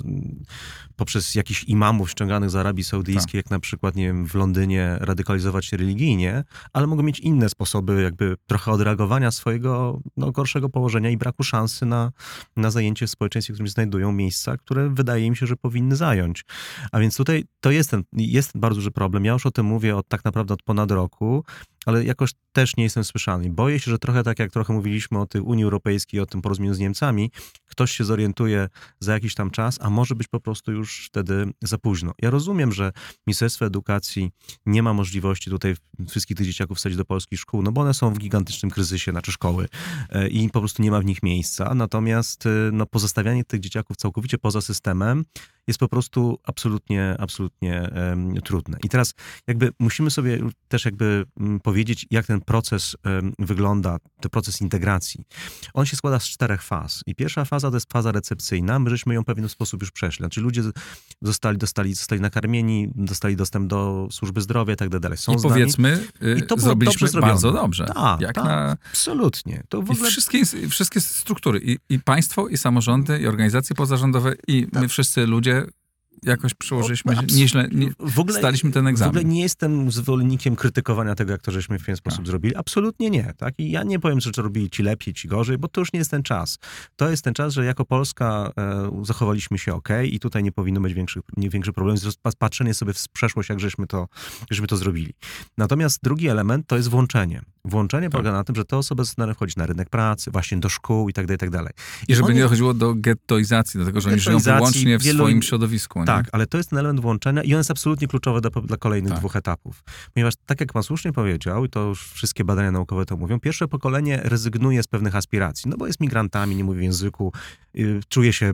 poprzez jakichś imamów ściąganych z Arabii Saudyjskiej, jak na przykład, nie wiem, w Londynie, radykalizować się religijnie, ale mogą mieć inne sposoby jakby trochę odreagowania swojego gorszego położenia i braku szansy na zajęcie w społeczeństwie, w którym znajdują miejsca, które wydaje mi się, że powinny zająć. A więc tutaj to jest bardzo duży problem. Ja już o tym mówię tak naprawdę od ponad roku, ale jakoś też nie jestem słyszany. Boję się, że trochę tak jak trochę mówiliśmy o tej Unii Europejskiej, o tym porozumieniu z Niemcami, ktoś się zorientuje za jakiś tam czas, a może być po prostu już wtedy za późno. Ja rozumiem, że Ministerstwo Edukacji nie ma możliwości tutaj wszystkich tych dzieciaków wsadzić do polskich szkół, no bo one są w gigantycznym kryzysie, znaczy szkoły, i po prostu nie ma w nich miejsca. Natomiast pozostawianie tych dzieciaków całkowicie poza systemem jest po prostu absolutnie trudne. I teraz jakby musimy sobie też jakby powiedzieć, jak ten proces wygląda, ten proces integracji. On się składa z 4 faz. I pierwsza faza to jest faza recepcyjna. My żeśmy ją w pewien sposób już przeszli. Znaczy ludzie zostali nakarmieni, dostali dostęp do służby zdrowia i tak dalej. Są i powiedzmy, i to zrobiliśmy bardzo dobrze. Tak, absolutnie. To w ogóle... I wszystkie struktury, i państwo, i samorządy, i organizacje pozarządowe, i my wszyscy ludzie jakoś przełożyliśmy nieźle, staliśmy ten egzamin. W ogóle nie jestem zwolennikiem krytykowania tego, jak to żeśmy w ten sposób zrobili. Absolutnie nie. Tak? I ja nie powiem, że robili ci lepiej, ci gorzej, bo to już nie jest ten czas. To jest ten czas, że jako Polska zachowaliśmy się okej i tutaj nie powinno być większy problem. Patrzenie sobie w przeszłość, jak żeśmy to zrobili. Natomiast drugi element to jest włączenie. Włączenie polega na tym, że te osoby zaczynają wchodzić na rynek pracy, właśnie do szkół i tak dalej, i tak dalej. I żeby nie dochodziło do gettoizacji, do tego, że oni żyją wyłącznie w swoim środowisku. Tak, ale to jest ten element włączenia i on jest absolutnie kluczowy dla kolejnych 2 etapów. Ponieważ, tak jak pan słusznie powiedział, i to już wszystkie badania naukowe to mówią, pierwsze pokolenie rezygnuje z pewnych aspiracji, no bo jest migrantami, nie mówi języku, czuje się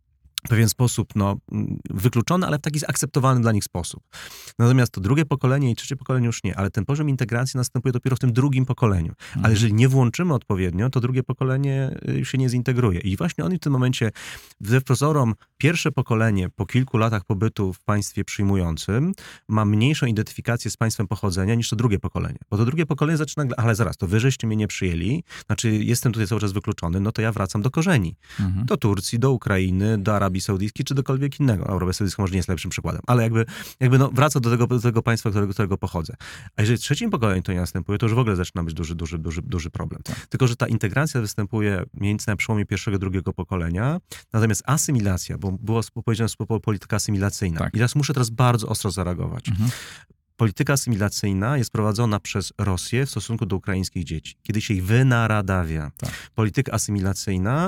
w pewien sposób wykluczony, ale w taki zaakceptowalny dla nich sposób. Natomiast to drugie pokolenie i trzecie pokolenie już nie, ale ten poziom integracji następuje dopiero w tym drugim pokoleniu. Ale jeżeli nie włączymy odpowiednio, to drugie pokolenie już się nie zintegruje. I właśnie oni w tym momencie, wbrew pozorom, pierwsze pokolenie po kilku latach pobytu w państwie przyjmującym ma mniejszą identyfikację z państwem pochodzenia niż to drugie pokolenie. Bo to drugie pokolenie zaczyna, ale zaraz, to wy żeście mnie nie przyjęli, znaczy jestem tutaj cały czas wykluczony, no to ja wracam do korzeni. Do Turcji, do Ukrainy, do Arabii Saudyjskiej, czy dokolwiek innego. Arabia Saudyjska może nie jest lepszym przykładem, ale jakby wraca do tego państwa, którego pochodzę. A jeżeli w trzecim pokoleniu to nie następuje, to już w ogóle zaczyna być duży problem. Tak. Tylko że ta integracja występuje mniej więcej na przełomie pierwszego, drugiego pokolenia, natomiast asymilacja, bo było powiedziane polityka asymilacyjna. Tak. I muszę teraz bardzo ostro zareagować. Polityka asymilacyjna jest prowadzona przez Rosję w stosunku do ukraińskich dzieci, kiedy się ich wynaradawia. Tak. Polityka asymilacyjna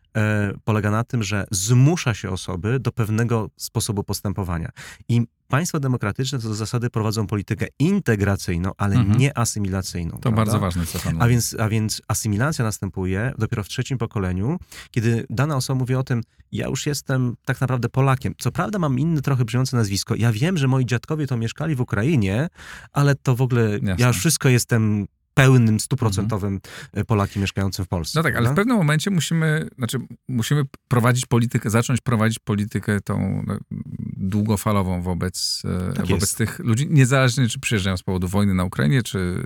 polega na tym, że zmusza się osoby do pewnego sposobu postępowania. I państwa demokratyczne co do zasady prowadzą politykę integracyjną, ale nie asymilacyjną. To prawda? Bardzo ważne, co pan mówi. A więc asymilacja następuje dopiero w trzecim pokoleniu, kiedy dana osoba mówi o tym, ja już jestem tak naprawdę Polakiem. Co prawda mam inne trochę brzmiące nazwisko. Ja wiem, że moi dziadkowie to mieszkali w Ukrainie, ale to w ogóle, jasne, ja już wszystko jestem pełnym, 100% Polakiem mieszkającym w Polsce. No tak, ale w pewnym momencie musimy zacząć prowadzić politykę tą długofalową wobec tych ludzi, niezależnie czy przyjeżdżają z powodu wojny na Ukrainie,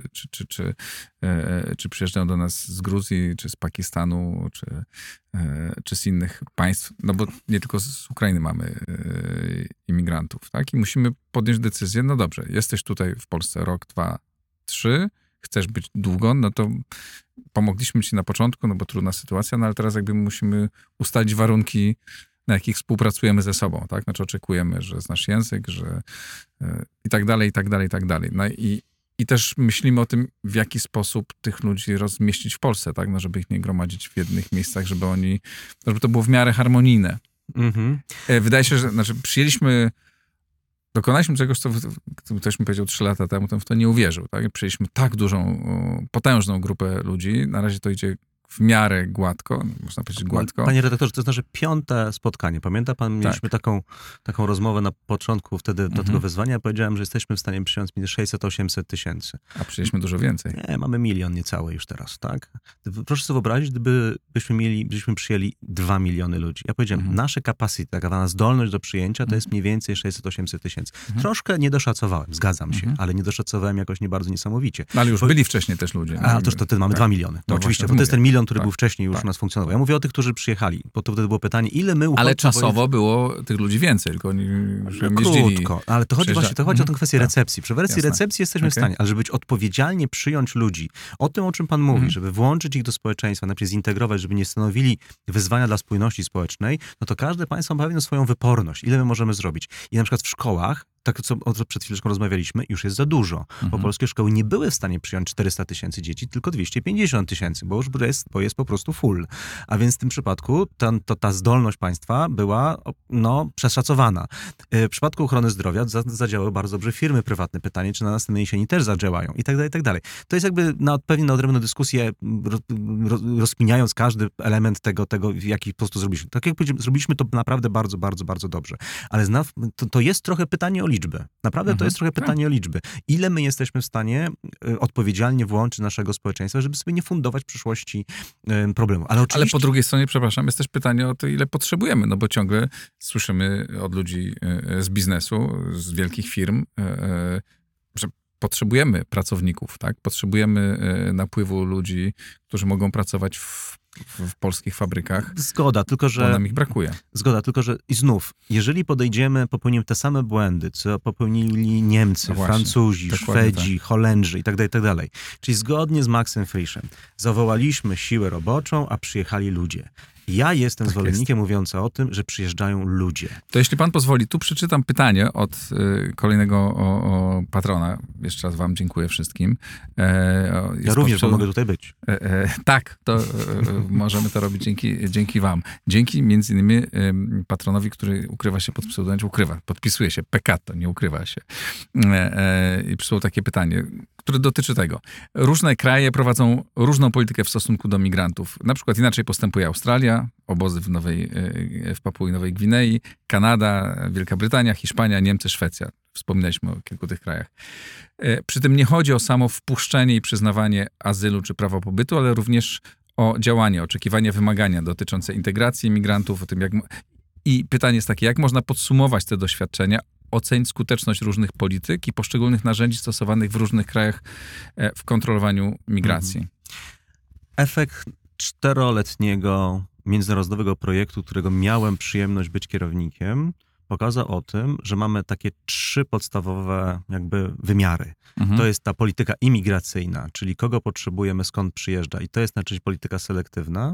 czy przyjeżdżają do nas z Gruzji, czy z Pakistanu, czy z innych państw, no bo nie tylko z Ukrainy mamy imigrantów, tak? I musimy podjąć decyzję, no dobrze, jesteś tutaj w Polsce rok, 2, 3, chcesz być długo, no to pomogliśmy ci na początku, no bo trudna sytuacja, no ale teraz jakby musimy ustalić warunki, na jakich współpracujemy ze sobą, tak? Znaczy oczekujemy, że znasz język, że i tak dalej, i tak dalej, i tak dalej. No i też myślimy o tym, w jaki sposób tych ludzi rozmieścić w Polsce, tak? No żeby ich nie gromadzić w jednych miejscach, żeby to było w miarę harmonijne. Wydaje się, że dokonaliśmy czegoś, co ktoś mi powiedział 3 lata temu, to w to nie uwierzył. Tak? Przyjęliśmy tak dużą, potężną grupę ludzi. Na razie to idzie w miarę gładko, można powiedzieć gładko. Panie redaktorze, to jest nasze 5. spotkanie. Pamięta pan, mieliśmy taką rozmowę na początku wtedy do tego wezwania. Ja powiedziałem, że jesteśmy w stanie przyjąć między 600-800 tysięcy. A przyjęliśmy dużo więcej. Nie, mamy 1 milion niecały już teraz, tak? Proszę sobie wyobrazić, gdybyśmy przyjęli 2 miliony ludzi. Ja powiedziałem, nasze capacity, taka zdolność do przyjęcia to jest mniej więcej 600-800 tysięcy. Troszkę nie doszacowałem, zgadzam się, ale nie doszacowałem jakoś nie bardzo niesamowicie. No, ale już byli wcześniej też ludzie. A, to wtedy mamy 2 miliony. To oczywiście, bo to jest ten milion, który był wcześniej już u nas funkcjonował. Ja mówię o tych, którzy przyjechali, bo to wtedy było pytanie, ile my uchodźców... Ale czasowo było tych ludzi więcej, tylko oni krótko, ale to chodzi właśnie o tę kwestię recepcji. Przy wersji recepcji jesteśmy w stanie, ale żeby być odpowiedzialnie przyjąć ludzi, o tym, o czym pan mówi, żeby włączyć ich do społeczeństwa, najpierw zintegrować, żeby nie stanowili wyzwania dla spójności społecznej, no to każde państwo ma pewną swoją wyporność. Ile my możemy zrobić? I na przykład w szkołach, tak o co przed chwileczką rozmawialiśmy, już jest za dużo. Bo polskie szkoły nie były w stanie przyjąć 400 tysięcy dzieci, tylko 250 tysięcy, bo jest po prostu full. A więc w tym przypadku ta zdolność państwa była przeszacowana. W przypadku ochrony zdrowia zadziałały bardzo dobrze firmy prywatne. Pytanie, czy na następnej jesieni też zadziałają i tak dalej, i tak dalej. To jest jakby pewnie odrębną dyskusję, rozkminiając każdy element tego, w jaki sposób zrobiliśmy. Tak jak powiedziałem, zrobiliśmy to naprawdę bardzo, bardzo, bardzo dobrze. Ale to jest trochę pytanie o liczby. Naprawdę to jest trochę pytanie o liczby. Ile my jesteśmy w stanie odpowiedzialnie włączyć naszego społeczeństwa, żeby sobie nie fundować w przyszłości problemu. Ale po drugiej stronie, przepraszam, jest też pytanie o to, ile potrzebujemy, no bo ciągle słyszymy od ludzi z biznesu, z wielkich firm, że potrzebujemy pracowników, tak? Potrzebujemy napływu ludzi, którzy mogą pracować w polskich fabrykach. Zgoda, tylko że... Bo nam ich brakuje. Zgoda, tylko że i znów, jeżeli popełnimy te same błędy, co popełnili Niemcy, Francuzi, Szwedzi, Holendrzy i tak dalej, czyli zgodnie z Maxem Frischem, zawołaliśmy siłę roboczą, a przyjechali ludzie. Ja jestem zwolennikiem mówiącym o tym, że przyjeżdżają ludzie. To jeśli pan pozwoli, tu przeczytam pytanie od kolejnego patrona. Jeszcze raz wam dziękuję wszystkim. Ja również mogę tutaj być. Tak, to możemy to robić dzięki wam. Dzięki między innymi patronowi, który ukrywa się pod pseudonimem, podpisuje się, Pekato, nie ukrywa się. I przysłał takie pytanie, które dotyczy tego. Różne kraje prowadzą różną politykę w stosunku do migrantów. Na przykład inaczej postępuje Australia, obozy w Papui Nowej Gwinei, Kanada, Wielka Brytania, Hiszpania, Niemcy, Szwecja. Wspominaliśmy o kilku tych krajach. Przy tym nie chodzi o samo wpuszczenie i przyznawanie azylu czy prawa pobytu, ale również o działanie, oczekiwania, wymagania dotyczące integracji migrantów, o tym I pytanie jest takie, jak można podsumować te doświadczenia, ocenić skuteczność różnych polityk i poszczególnych narzędzi stosowanych w różnych krajach w kontrolowaniu migracji? Efekt 4-letniego międzynarodowego projektu, którego miałem przyjemność być kierownikiem, pokazał o tym, że mamy takie 3 podstawowe jakby wymiary. To jest ta polityka imigracyjna, czyli kogo potrzebujemy, skąd przyjeżdża. I to jest znaczy polityka selektywna.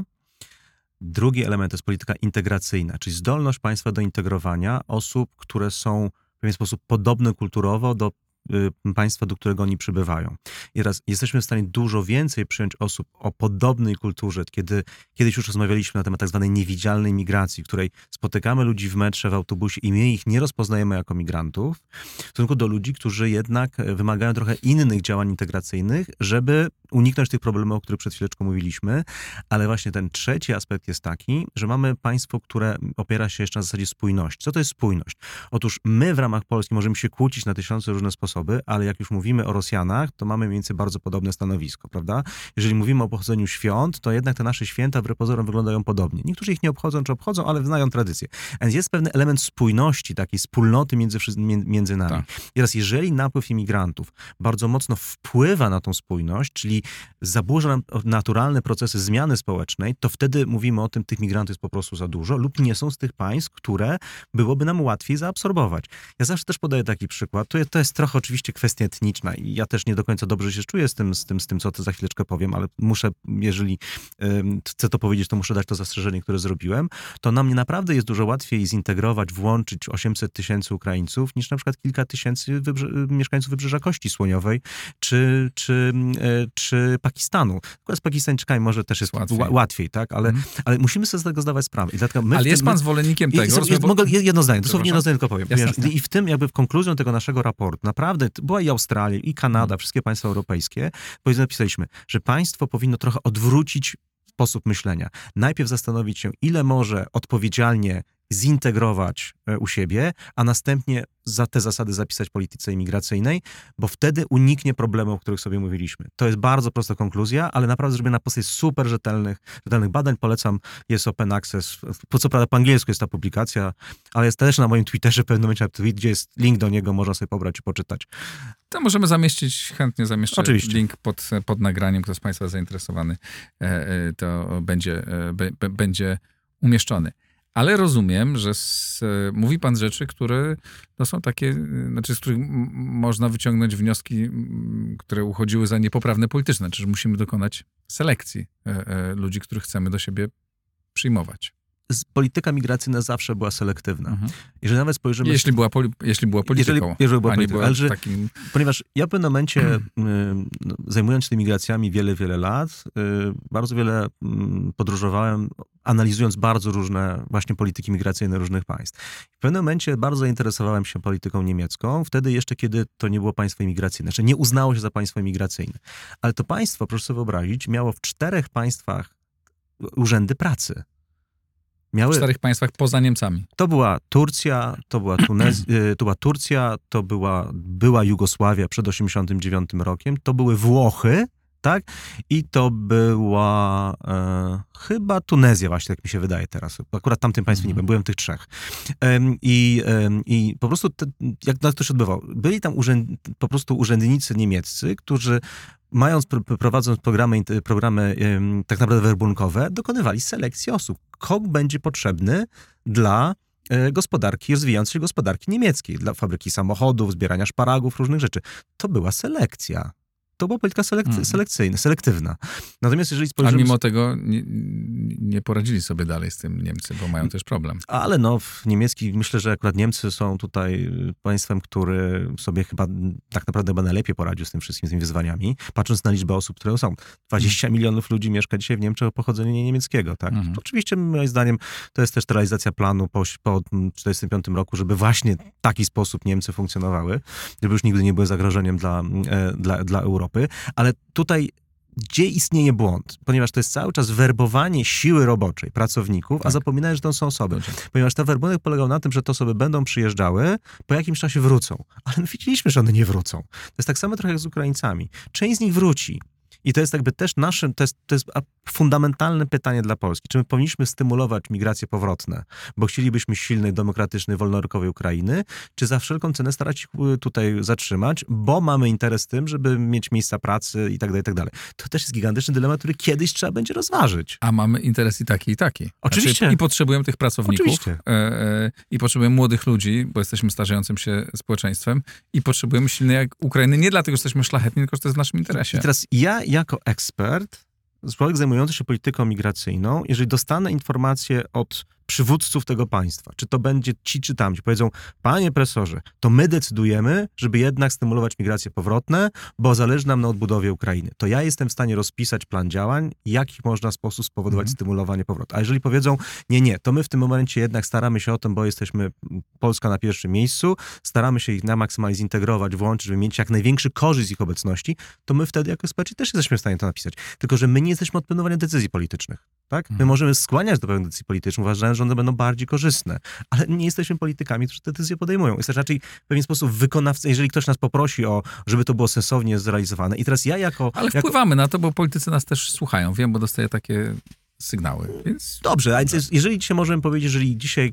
Drugi element to jest polityka integracyjna, czyli zdolność państwa do integrowania osób, które są w pewien sposób podobne kulturowo do państwa, do którego oni przybywają. I raz jesteśmy w stanie dużo więcej przyjąć osób o podobnej kulturze, kiedyś już rozmawialiśmy na temat tak zwanej niewidzialnej migracji, w której spotykamy ludzi w metrze, w autobusie i my ich nie rozpoznajemy jako migrantów, w stosunku do ludzi, którzy jednak wymagają trochę innych działań integracyjnych, żeby uniknąć tych problemów, o których przed chwileczką mówiliśmy, ale właśnie ten trzeci aspekt jest taki, że mamy państwo, które opiera się jeszcze na zasadzie spójności. Co to jest spójność? Otóż my w ramach Polski możemy się kłócić na tysiące różne sposoby, ale jak już mówimy o Rosjanach, to mamy mniej więcej bardzo podobne stanowisko, prawda? Jeżeli mówimy o pochodzeniu świąt, to jednak te nasze święta wbrew pozorom wyglądają podobnie. Niektórzy ich nie obchodzą czy obchodzą, ale znają tradycję. Więc jest pewien element spójności, takiej wspólnoty między nami. Tak. I teraz, jeżeli napływ imigrantów bardzo mocno wpływa na tą spójność, czyli zaburza nam naturalne procesy zmiany społecznej, to wtedy mówimy o tym, tych migrantów jest po prostu za dużo lub nie są z tych państw, które byłoby nam łatwiej zaabsorbować. Ja zawsze też podaję taki przykład. To jest trochę oczywiście kwestia etniczna i ja też nie do końca dobrze się czuję z tym, co to za chwileczkę powiem, ale muszę, jeżeli chcę to powiedzieć, to muszę dać to zastrzeżenie, które zrobiłem, to nam naprawdę jest dużo łatwiej zintegrować, włączyć 800 tysięcy Ukraińców, niż na przykład kilka tysięcy mieszkańców Wybrzeża Kości Słoniowej, czy Pakistanu. Tylko z Pakistańczykami może też jest łatwiej, tak? Ale musimy sobie z tego zdawać sprawę. I dlatego ale jest pan zwolennikiem tego? Mogę jedno zdanie, dosłownie jedno zdanie tylko powiem. I w tym jakby w konkluzją tego naszego raportu, naprawdę była i Australia, i Kanada, wszystkie państwa europejskie, napisaliśmy, że państwo powinno trochę odwrócić sposób myślenia. Najpierw zastanowić się, ile może odpowiedzialnie zintegrować u siebie, a następnie za te zasady zapisać polityce imigracyjnej, bo wtedy uniknie problemów, o których sobie mówiliśmy. To jest bardzo prosta konkluzja, ale naprawdę zrobiona na podstawie super rzetelnych badań. Polecam, jest open access. Co prawda po angielsku jest ta publikacja, ale jest też na moim Twitterze w pewnym momencie tweet, gdzie jest link do niego, można sobie pobrać i poczytać. To możemy chętnie zamieszczę Oczywiście link pod nagraniem. Kto z Państwa zainteresowany, to będzie umieszczony. Ale rozumiem, że mówi pan rzeczy, które to są takie, znaczy z których można wyciągnąć wnioski, które uchodziły za niepoprawne polityczne. Znaczy, że musimy dokonać selekcji ludzi, których chcemy do siebie przyjmować. Polityka migracyjna zawsze była selektywna. Jeżeli nawet spojrzymy... Jeśli była polityką, jeżeli była a nie była ale takim... Ponieważ ja w pewnym momencie, zajmując się tymi migracjami wiele lat, bardzo wiele podróżowałem, analizując bardzo różne właśnie polityki migracyjne różnych państw. W pewnym momencie bardzo zainteresowałem się polityką niemiecką, wtedy jeszcze, kiedy to nie było państwo imigracyjne, znaczy nie uznało się za państwo imigracyjne. Ale to państwo, proszę sobie wyobrazić, miało w 4 państwach urzędy pracy. W 4 państwach poza Niemcami. To była Turcja, to była Jugosławia przed 1989 rokiem, to były Włochy, tak? I to była chyba Tunezja właśnie, tak mi się wydaje teraz. Akurat w tamtym państwie nie byłem w tych 3. I po prostu, jak to się odbywało? Byli tam po prostu urzędnicy niemieccy, którzy prowadząc programy tak naprawdę werbunkowe, dokonywali selekcji osób. Kogo będzie potrzebny dla rozwijającej gospodarki niemieckiej, dla fabryki samochodów, zbierania szparagów, różnych rzeczy. To była selekcja. To była polityka selektywna. Natomiast jeżeli spojrzymy... A mimo tego nie poradzili sobie dalej z tym Niemcy, bo mają też problem. Ale myślę, że akurat Niemcy są tutaj państwem, który sobie chyba tak naprawdę najlepiej poradził z tym wszystkim, z tymi wyzwaniami, patrząc na liczbę osób, które są. 20 milionów ludzi mieszka dzisiaj w Niemczech o pochodzeniu niemieckiego. Tak? Oczywiście moim zdaniem to jest też realizacja planu po 1945 roku, żeby właśnie w taki sposób Niemcy funkcjonowały, żeby już nigdy nie były zagrożeniem dla Europy. Ale tutaj gdzie istnieje błąd? Ponieważ to jest cały czas werbowanie siły roboczej, pracowników, tak. A zapominają, że to są osoby. Ponieważ ten werbunek polegał na tym, że te osoby będą przyjeżdżały, po jakimś czasie wrócą. Ale my widzieliśmy, że one nie wrócą. To jest tak samo trochę jak z Ukraińcami. Część z nich wróci. I to jest jakby też to jest fundamentalne pytanie dla Polski. Czy my powinniśmy stymulować migracje powrotne, bo chcielibyśmy silnej, demokratycznej, wolnorynkowej Ukrainy, czy za wszelką cenę starać się tutaj zatrzymać, bo mamy interes w tym, żeby mieć miejsca pracy i tak dalej, i tak dalej. To też jest gigantyczny dylemat, który kiedyś trzeba będzie rozważyć. A mamy interes i taki. Oczywiście. Znaczy, i potrzebujemy tych pracowników. Oczywiście. I potrzebujemy młodych ludzi, bo jesteśmy starzejącym się społeczeństwem i potrzebujemy silnej Ukrainy nie dlatego, że jesteśmy szlachetni, tylko że to jest w naszym interesie. I teraz ja jako ekspert, człowiek zajmujący się polityką migracyjną, jeżeli dostanę informację od przywódców tego państwa, czy to będzie ci czy tamci, powiedzą, panie profesorze, to my decydujemy, żeby jednak stymulować migracje powrotne, bo zależy nam na odbudowie Ukrainy. To ja jestem w stanie rozpisać plan działań, jaki można sposób spowodować stymulowanie powrotu. A jeżeli powiedzą, nie, to my w tym momencie jednak staramy się o tym, bo jesteśmy Polska na pierwszym miejscu, staramy się ich na maksymalnie zintegrować, włączyć, żeby mieć jak największy korzyść z ich obecności, to my wtedy jako eksperci też jesteśmy w stanie to napisać. Tylko, że my nie jesteśmy od pilnowania decyzji politycznych. Tak? My możemy skłaniać do pewnych decyzji politycznych, uważając, że one będą bardziej korzystne, ale nie jesteśmy politykami, którzy te decyzje podejmują. Jest raczej w pewien sposób wykonawca, jeżeli ktoś nas poprosi żeby to było sensownie zrealizowane. I teraz ja Ale wpływamy na to, bo politycy nas też słuchają. Wiem, bo dostaję takie sygnały. Więc... Dobrze, a jeżeli dzisiaj możemy powiedzieć, jeżeli dzisiaj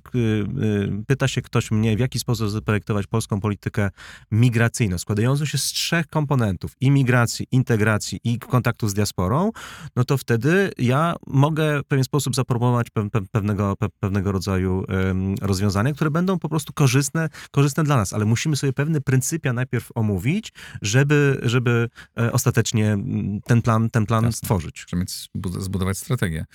pyta się ktoś mnie, w jaki sposób zaprojektować polską politykę migracyjną, składającą się z 3 komponentów, imigracji, integracji i kontaktu z diasporą, no to wtedy ja mogę w pewien sposób zaproponować pewnego rodzaju rozwiązania, które będą po prostu korzystne dla nas, ale musimy sobie pewne pryncypia najpierw omówić, żeby ostatecznie ten plan stworzyć. Żeby zbudować strategię.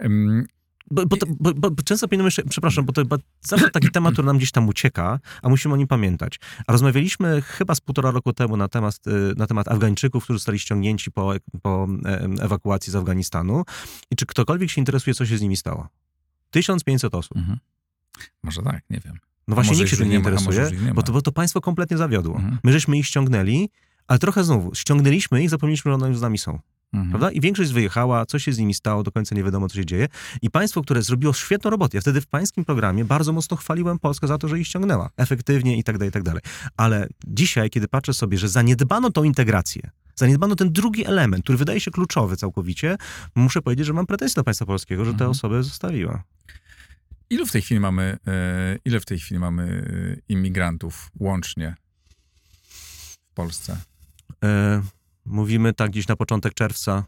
Bo często powinienem jeszcze, przepraszam, bo to zawsze taki temat, który nam gdzieś tam ucieka, a musimy o nim pamiętać. A rozmawialiśmy chyba z 1,5 roku temu na temat Afgańczyków, którzy zostali ściągnięci po ewakuacji z Afganistanu. I czy ktokolwiek się interesuje, co się z nimi stało? 1500 osób. Może tak, nie wiem. No właśnie nikt się tym nie interesuje, bo to państwo kompletnie zawiodło. My żeśmy ich ściągnęli, ale trochę znowu, ściągnęliśmy ich, zapomnieliśmy, że one już z nami są. prawda? I większość wyjechała, co się z nimi stało, do końca nie wiadomo, co się dzieje. I państwo, które zrobiło świetną robotę, ja wtedy w pańskim programie bardzo mocno chwaliłem Polskę za to, że ich ściągnęła efektywnie i tak dalej, i tak dalej. Ale dzisiaj, kiedy patrzę sobie, że zaniedbano tą integrację, zaniedbano ten drugi element, który wydaje się kluczowy całkowicie, muszę powiedzieć, że mam pretensje do państwa polskiego, że te osoby zostawiła. Ile w tej chwili mamy imigrantów łącznie w Polsce? Mówimy tak gdzieś na początek czerwca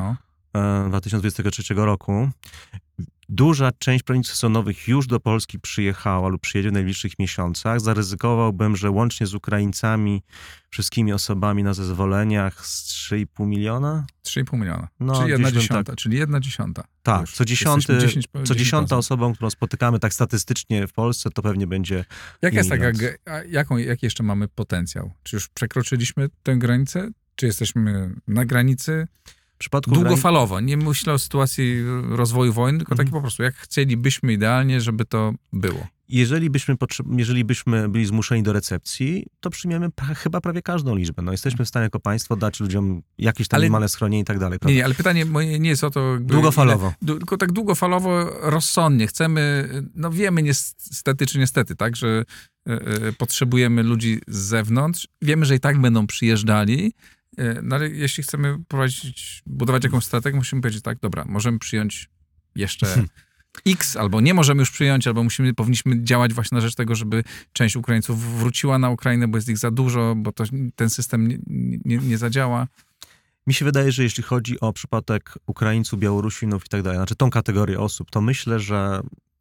2023 roku. Duża część pracowników sezonowych już do Polski przyjechała lub przyjedzie w najbliższych miesiącach. Zaryzykowałbym, że łącznie z Ukraińcami, wszystkimi osobami na zezwoleniach z 3,5 miliona? 3,5 miliona. No, czyli 1/10. Tak. Czyli 1/10. Tak, już. co dziesiąta osobą, którą spotykamy tak statystycznie w Polsce, to pewnie będzie jaki jeszcze mamy potencjał? Czy już przekroczyliśmy tę granicę? Czy jesteśmy na granicy? W przypadku długofalowo. Nie myślę o sytuacji rozwoju wojny, tylko taki po prostu, jak chcielibyśmy idealnie, żeby to było. Jeżeli byśmy byli zmuszeni do recepcji, to przyjmiemy chyba prawie każdą liczbę. No, jesteśmy w stanie jako państwo dać ludziom jakieś tam minimalne schronienie i tak dalej. Nie, ale pytanie moje nie jest o to... Długofalowo. Tylko tak długofalowo, rozsądnie. Chcemy, no wiemy niestety, tak, że potrzebujemy ludzi z zewnątrz. Wiemy, że i tak będą przyjeżdżali. No ale jeśli chcemy budować jakąś strategię, musimy powiedzieć tak, dobra, możemy przyjąć jeszcze X, albo nie możemy już przyjąć, albo powinniśmy działać właśnie na rzecz tego, żeby część Ukraińców wróciła na Ukrainę, bo jest ich za dużo, bo ten system nie zadziała. Mi się wydaje, że jeśli chodzi o przypadek Ukraińców, Białorusinów i tak dalej, znaczy tą kategorię osób, to myślę, że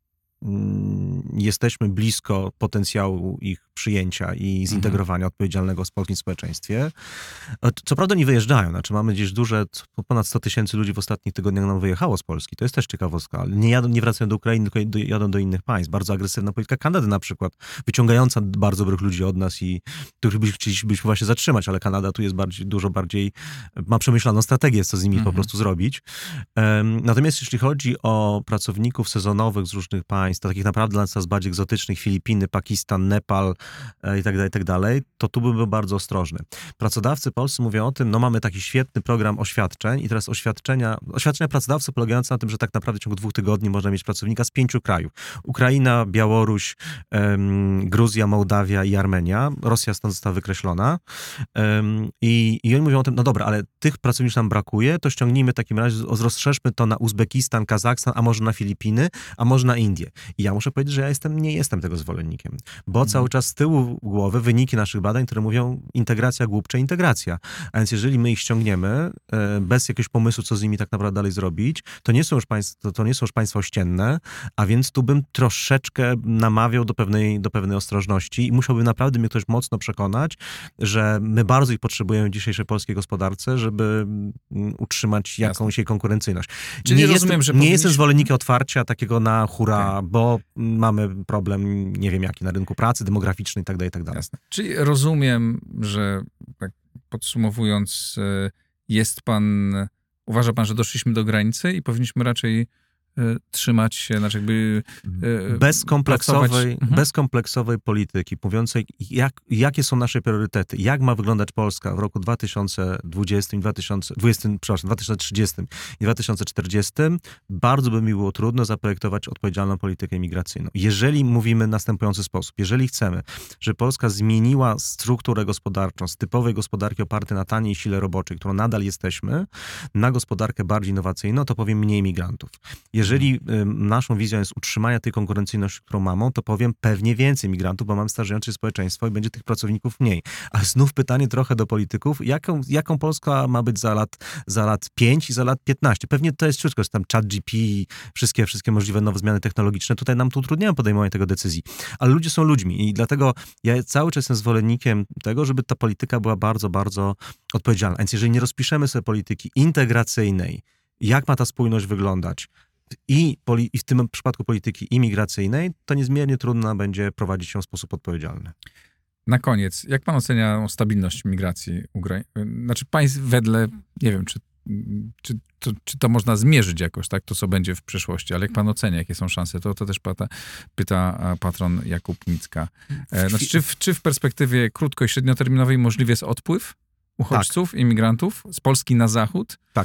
jesteśmy blisko potencjału ich przyjęcia i zintegrowania odpowiedzialnego w polskim społeczeństwie. Co prawda nie wyjeżdżają, znaczy mamy gdzieś ponad 100 000 ludzi w ostatnich tygodniach nam wyjechało z Polski. To jest też ciekawostka, ale nie wracają do Ukrainy, tylko jadą do innych państw. Bardzo agresywna polityka Kanady na przykład, wyciągająca bardzo dobrych ludzi od nas i których chcielibyśmy właśnie zatrzymać, ale Kanada tu jest dużo bardziej, ma przemyślaną strategię, co z nimi po prostu zrobić. Natomiast jeśli chodzi o pracowników sezonowych z różnych państw, to takich naprawdę dla nas bardziej egzotycznych, Filipiny, Pakistan, Nepal i tak dalej, to tu bym był bardzo ostrożny. Pracodawcy polscy mówią o tym, no mamy taki świetny program oświadczeń i teraz oświadczenia pracodawcy polegające na tym, że tak naprawdę w ciągu 2 tygodni można mieć pracownika z 5 krajów. Ukraina, Białoruś, Gruzja, Mołdawia i Armenia. Rosja stąd została wykreślona. I oni mówią o tym, no dobra, ale tych pracowników nam brakuje, to ściągnijmy w takim razie, rozszerzmy to na Uzbekistan, Kazachstan, a może na Filipiny, a może na Indię. I ja muszę powiedzieć, że ja nie jestem tego zwolennikiem, bo cały czas z tyłu głowy wyniki naszych badań, które mówią integracja, głupcze integracja. A więc jeżeli my ich ściągniemy bez jakiegoś pomysłu, co z nimi tak naprawdę dalej zrobić, to nie są już państwa ościenne, a więc tu bym troszeczkę namawiał do pewnej ostrożności i musiałbym naprawdę mnie ktoś mocno przekonać, że my bardzo ich potrzebujemy w dzisiejszej polskiej gospodarce, żeby utrzymać jakąś jej konkurencyjność. Czyli nie jestem zwolennikiem otwarcia takiego na hura, bo mamy problem, nie wiem jaki, na rynku pracy, demograficzny i tak dalej, i tak dalej. Jasne. Czyli rozumiem, że tak podsumowując, uważa pan, że doszliśmy do granicy i powinniśmy raczej trzymać się, znaczy jakby bezkompleksowej polityki, mówiącej jakie są nasze priorytety, jak ma wyglądać Polska w roku 2030 i 2040, bardzo by mi było trudno zaprojektować odpowiedzialną politykę migracyjną. Jeżeli mówimy w następujący sposób, jeżeli chcemy, żeby Polska zmieniła strukturę gospodarczą z typowej gospodarki opartej na taniej sile roboczej, którą nadal jesteśmy, na gospodarkę bardziej innowacyjną, to powiem mniej migrantów. Jeżeli naszą wizją jest utrzymania tej konkurencyjności, którą mamy, to powiem pewnie więcej migrantów, bo mamy starzejące się społeczeństwo i będzie tych pracowników mniej. Ale znów pytanie trochę do polityków, jaką Polska ma być za lat 5 i za lat 15? Pewnie to jest wszystko, jest tam ChatGPT, wszystkie możliwe nowe zmiany technologiczne. Tutaj nam to utrudniają podejmowanie tego decyzji. Ale ludzie są ludźmi i dlatego ja cały czas jestem zwolennikiem tego, żeby ta polityka była bardzo, bardzo odpowiedzialna. A więc jeżeli nie rozpiszemy sobie polityki integracyjnej, jak ma ta spójność wyglądać, i w tym przypadku polityki imigracyjnej, to niezmiernie trudno będzie prowadzić ją w sposób odpowiedzialny. Na koniec, jak pan ocenia stabilność migracji Znaczy państw wedle, nie wiem, czy to można zmierzyć jakoś, tak, to co będzie w przyszłości, ale jak pan ocenia, jakie są szanse, to też pyta patron Jakub Micka. Znaczy, czy w perspektywie krótko- i średnioterminowej możliwy jest odpływ uchodźców, imigrantów z Polski na zachód? Tak.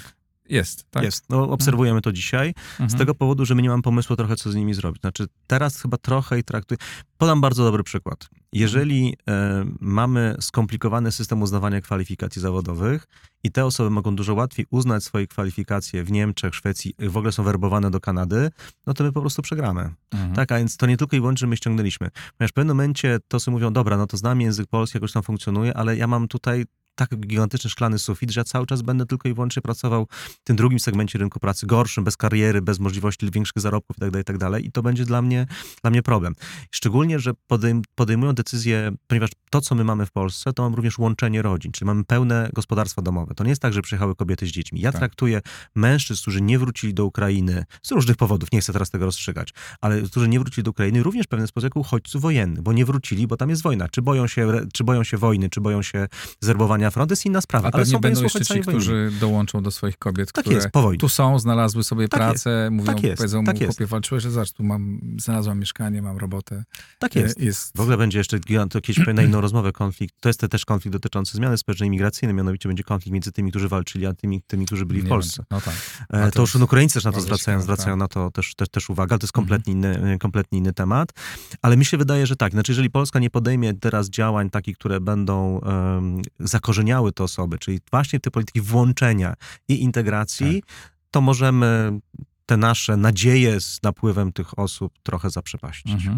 Jest, tak? Jest. No, obserwujemy to dzisiaj z tego powodu, że my nie mamy pomysłu trochę, co z nimi zrobić. Znaczy teraz chyba trochę i traktuję... Podam bardzo dobry przykład. Jeżeli mamy skomplikowany system uznawania kwalifikacji zawodowych i te osoby mogą dużo łatwiej uznać swoje kwalifikacje w Niemczech, Szwecji, w ogóle są werbowane do Kanady, no to my po prostu przegramy. Tak, a więc to nie tylko i wyłącznie my ściągnęliśmy. Ponieważ w pewnym momencie to sobie mówią, dobra, no to znam język polski, jakoś tam funkcjonuje, ale ja mam tutaj tak gigantyczny szklany sufit, że ja cały czas będę tylko i wyłącznie pracował w tym drugim segmencie rynku pracy, gorszym, bez kariery, bez możliwości większych zarobków i tak dalej. I to będzie dla mnie problem. Szczególnie, że podejmują decyzje, ponieważ to, co my mamy w Polsce, to mamy również łączenie rodzin, czyli mamy pełne gospodarstwa domowe. To nie jest tak, że przyjechały kobiety z dziećmi. Ja traktuję mężczyzn, którzy nie wrócili do Ukrainy, z różnych powodów, nie chcę teraz tego rozstrzygać, ale którzy nie wrócili do Ukrainy, również w pewien sposób jako uchodźców wojennych, bo nie wrócili, bo tam jest wojna. Czy boją się wojny, czy boją się zerbowania frontu, jest inna sprawa. Ale pewnie będą jeszcze ci, którzy dołączą do swoich kobiet, tak które jest, po wojnie. Tu są, znalazły sobie pracę, mówią, powiedzą mu, jest. chłopie, walczyłeś, że zobacz, tu znalazłam mieszkanie, mam robotę. Tak jest. W ogóle będzie jeszcze kiedyś na inną rozmowę konflikt. To jest też konflikt dotyczący zmiany społecznej i migracyjnej, mianowicie będzie konflikt między tymi, którzy walczyli, a tymi, którzy byli w Polsce. No tak. To już Ukraińcy też na to zwracają na to też uwagę, ale to jest kompletnie inny temat. Ale mi się wydaje, że tak. Znaczy, jeżeli Polska nie podejmie teraz działań takich, które będą zakorzeniały te osoby, czyli właśnie te polityki włączenia i integracji, to możemy te nasze nadzieje z napływem tych osób trochę zaprzepaścić.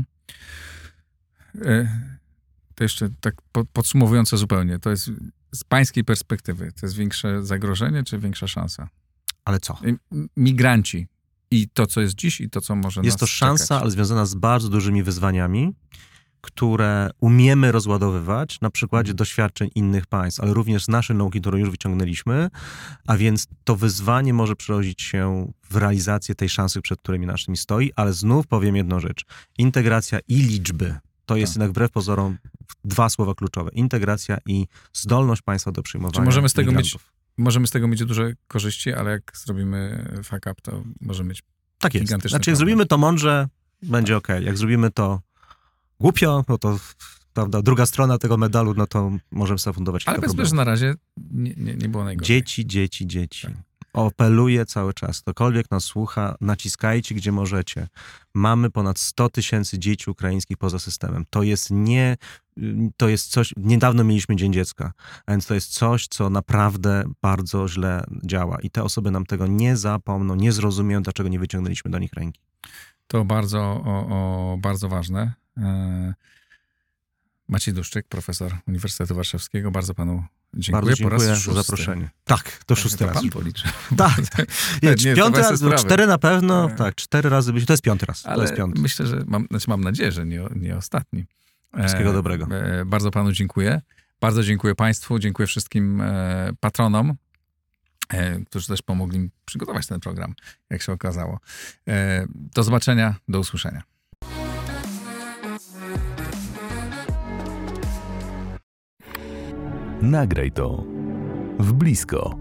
To jeszcze tak podsumowująco zupełnie, to jest z pańskiej perspektywy, to jest większe zagrożenie, czy większa szansa? Ale co? Migranci i to, co jest dziś, i to, co może jest nas to szansa, czekać. ale związana z bardzo dużymi wyzwaniami, które umiemy rozładowywać na przykładzie doświadczeń innych państw, ale również z naszej nauki, którą już wyciągnęliśmy, a więc to wyzwanie może przerodzić się w realizację tej szansy, przed którymi naszymi stoi, ale znów powiem jedną rzecz. Integracja i liczby. To jest jednak wbrew pozorom dwa słowa kluczowe. Integracja i zdolność państwa do przyjmowania Czy możemy z tego migrantów. Możemy z tego mieć duże korzyści, ale jak zrobimy fuck up, to możemy mieć tak jest. gigantyczny Znaczy, jak problem. zrobimy to mądrze, będzie okej. Jak zrobimy to głupio, no to prawda, druga strona tego medalu, no to możemy sobie fundować kilka problemów. Ale że na razie nie było najgorzej. Dzieci. Tak. Apeluję cały czas, ktokolwiek nas słucha, naciskajcie gdzie możecie. Mamy ponad 100 000 dzieci ukraińskich poza systemem. To jest coś, niedawno mieliśmy Dzień Dziecka, a więc to jest coś, co naprawdę bardzo źle działa i te osoby nam tego nie zapomną, nie zrozumieją, dlaczego nie wyciągnęliśmy do nich ręki. To bardzo ważne. Maciej Duszczyk, profesor Uniwersytetu Warszawskiego. Bardzo panu dziękuję. Bardzo dziękuję po raz za zaproszenie. Tak, to szósty raz. Pan policzy. Tak. Piąty raz, 4 na pewno. Tak, 4 razy to jest 5. raz. Ale to jest 5. myślę, że mam nadzieję, że nie ostatni. Wszystkiego dobrego. Bardzo panu dziękuję. Bardzo dziękuję państwu. Dziękuję wszystkim patronom, którzy też pomogli mi przygotować ten program, jak się okazało. Do zobaczenia, do usłyszenia. Nagraj to w blisko.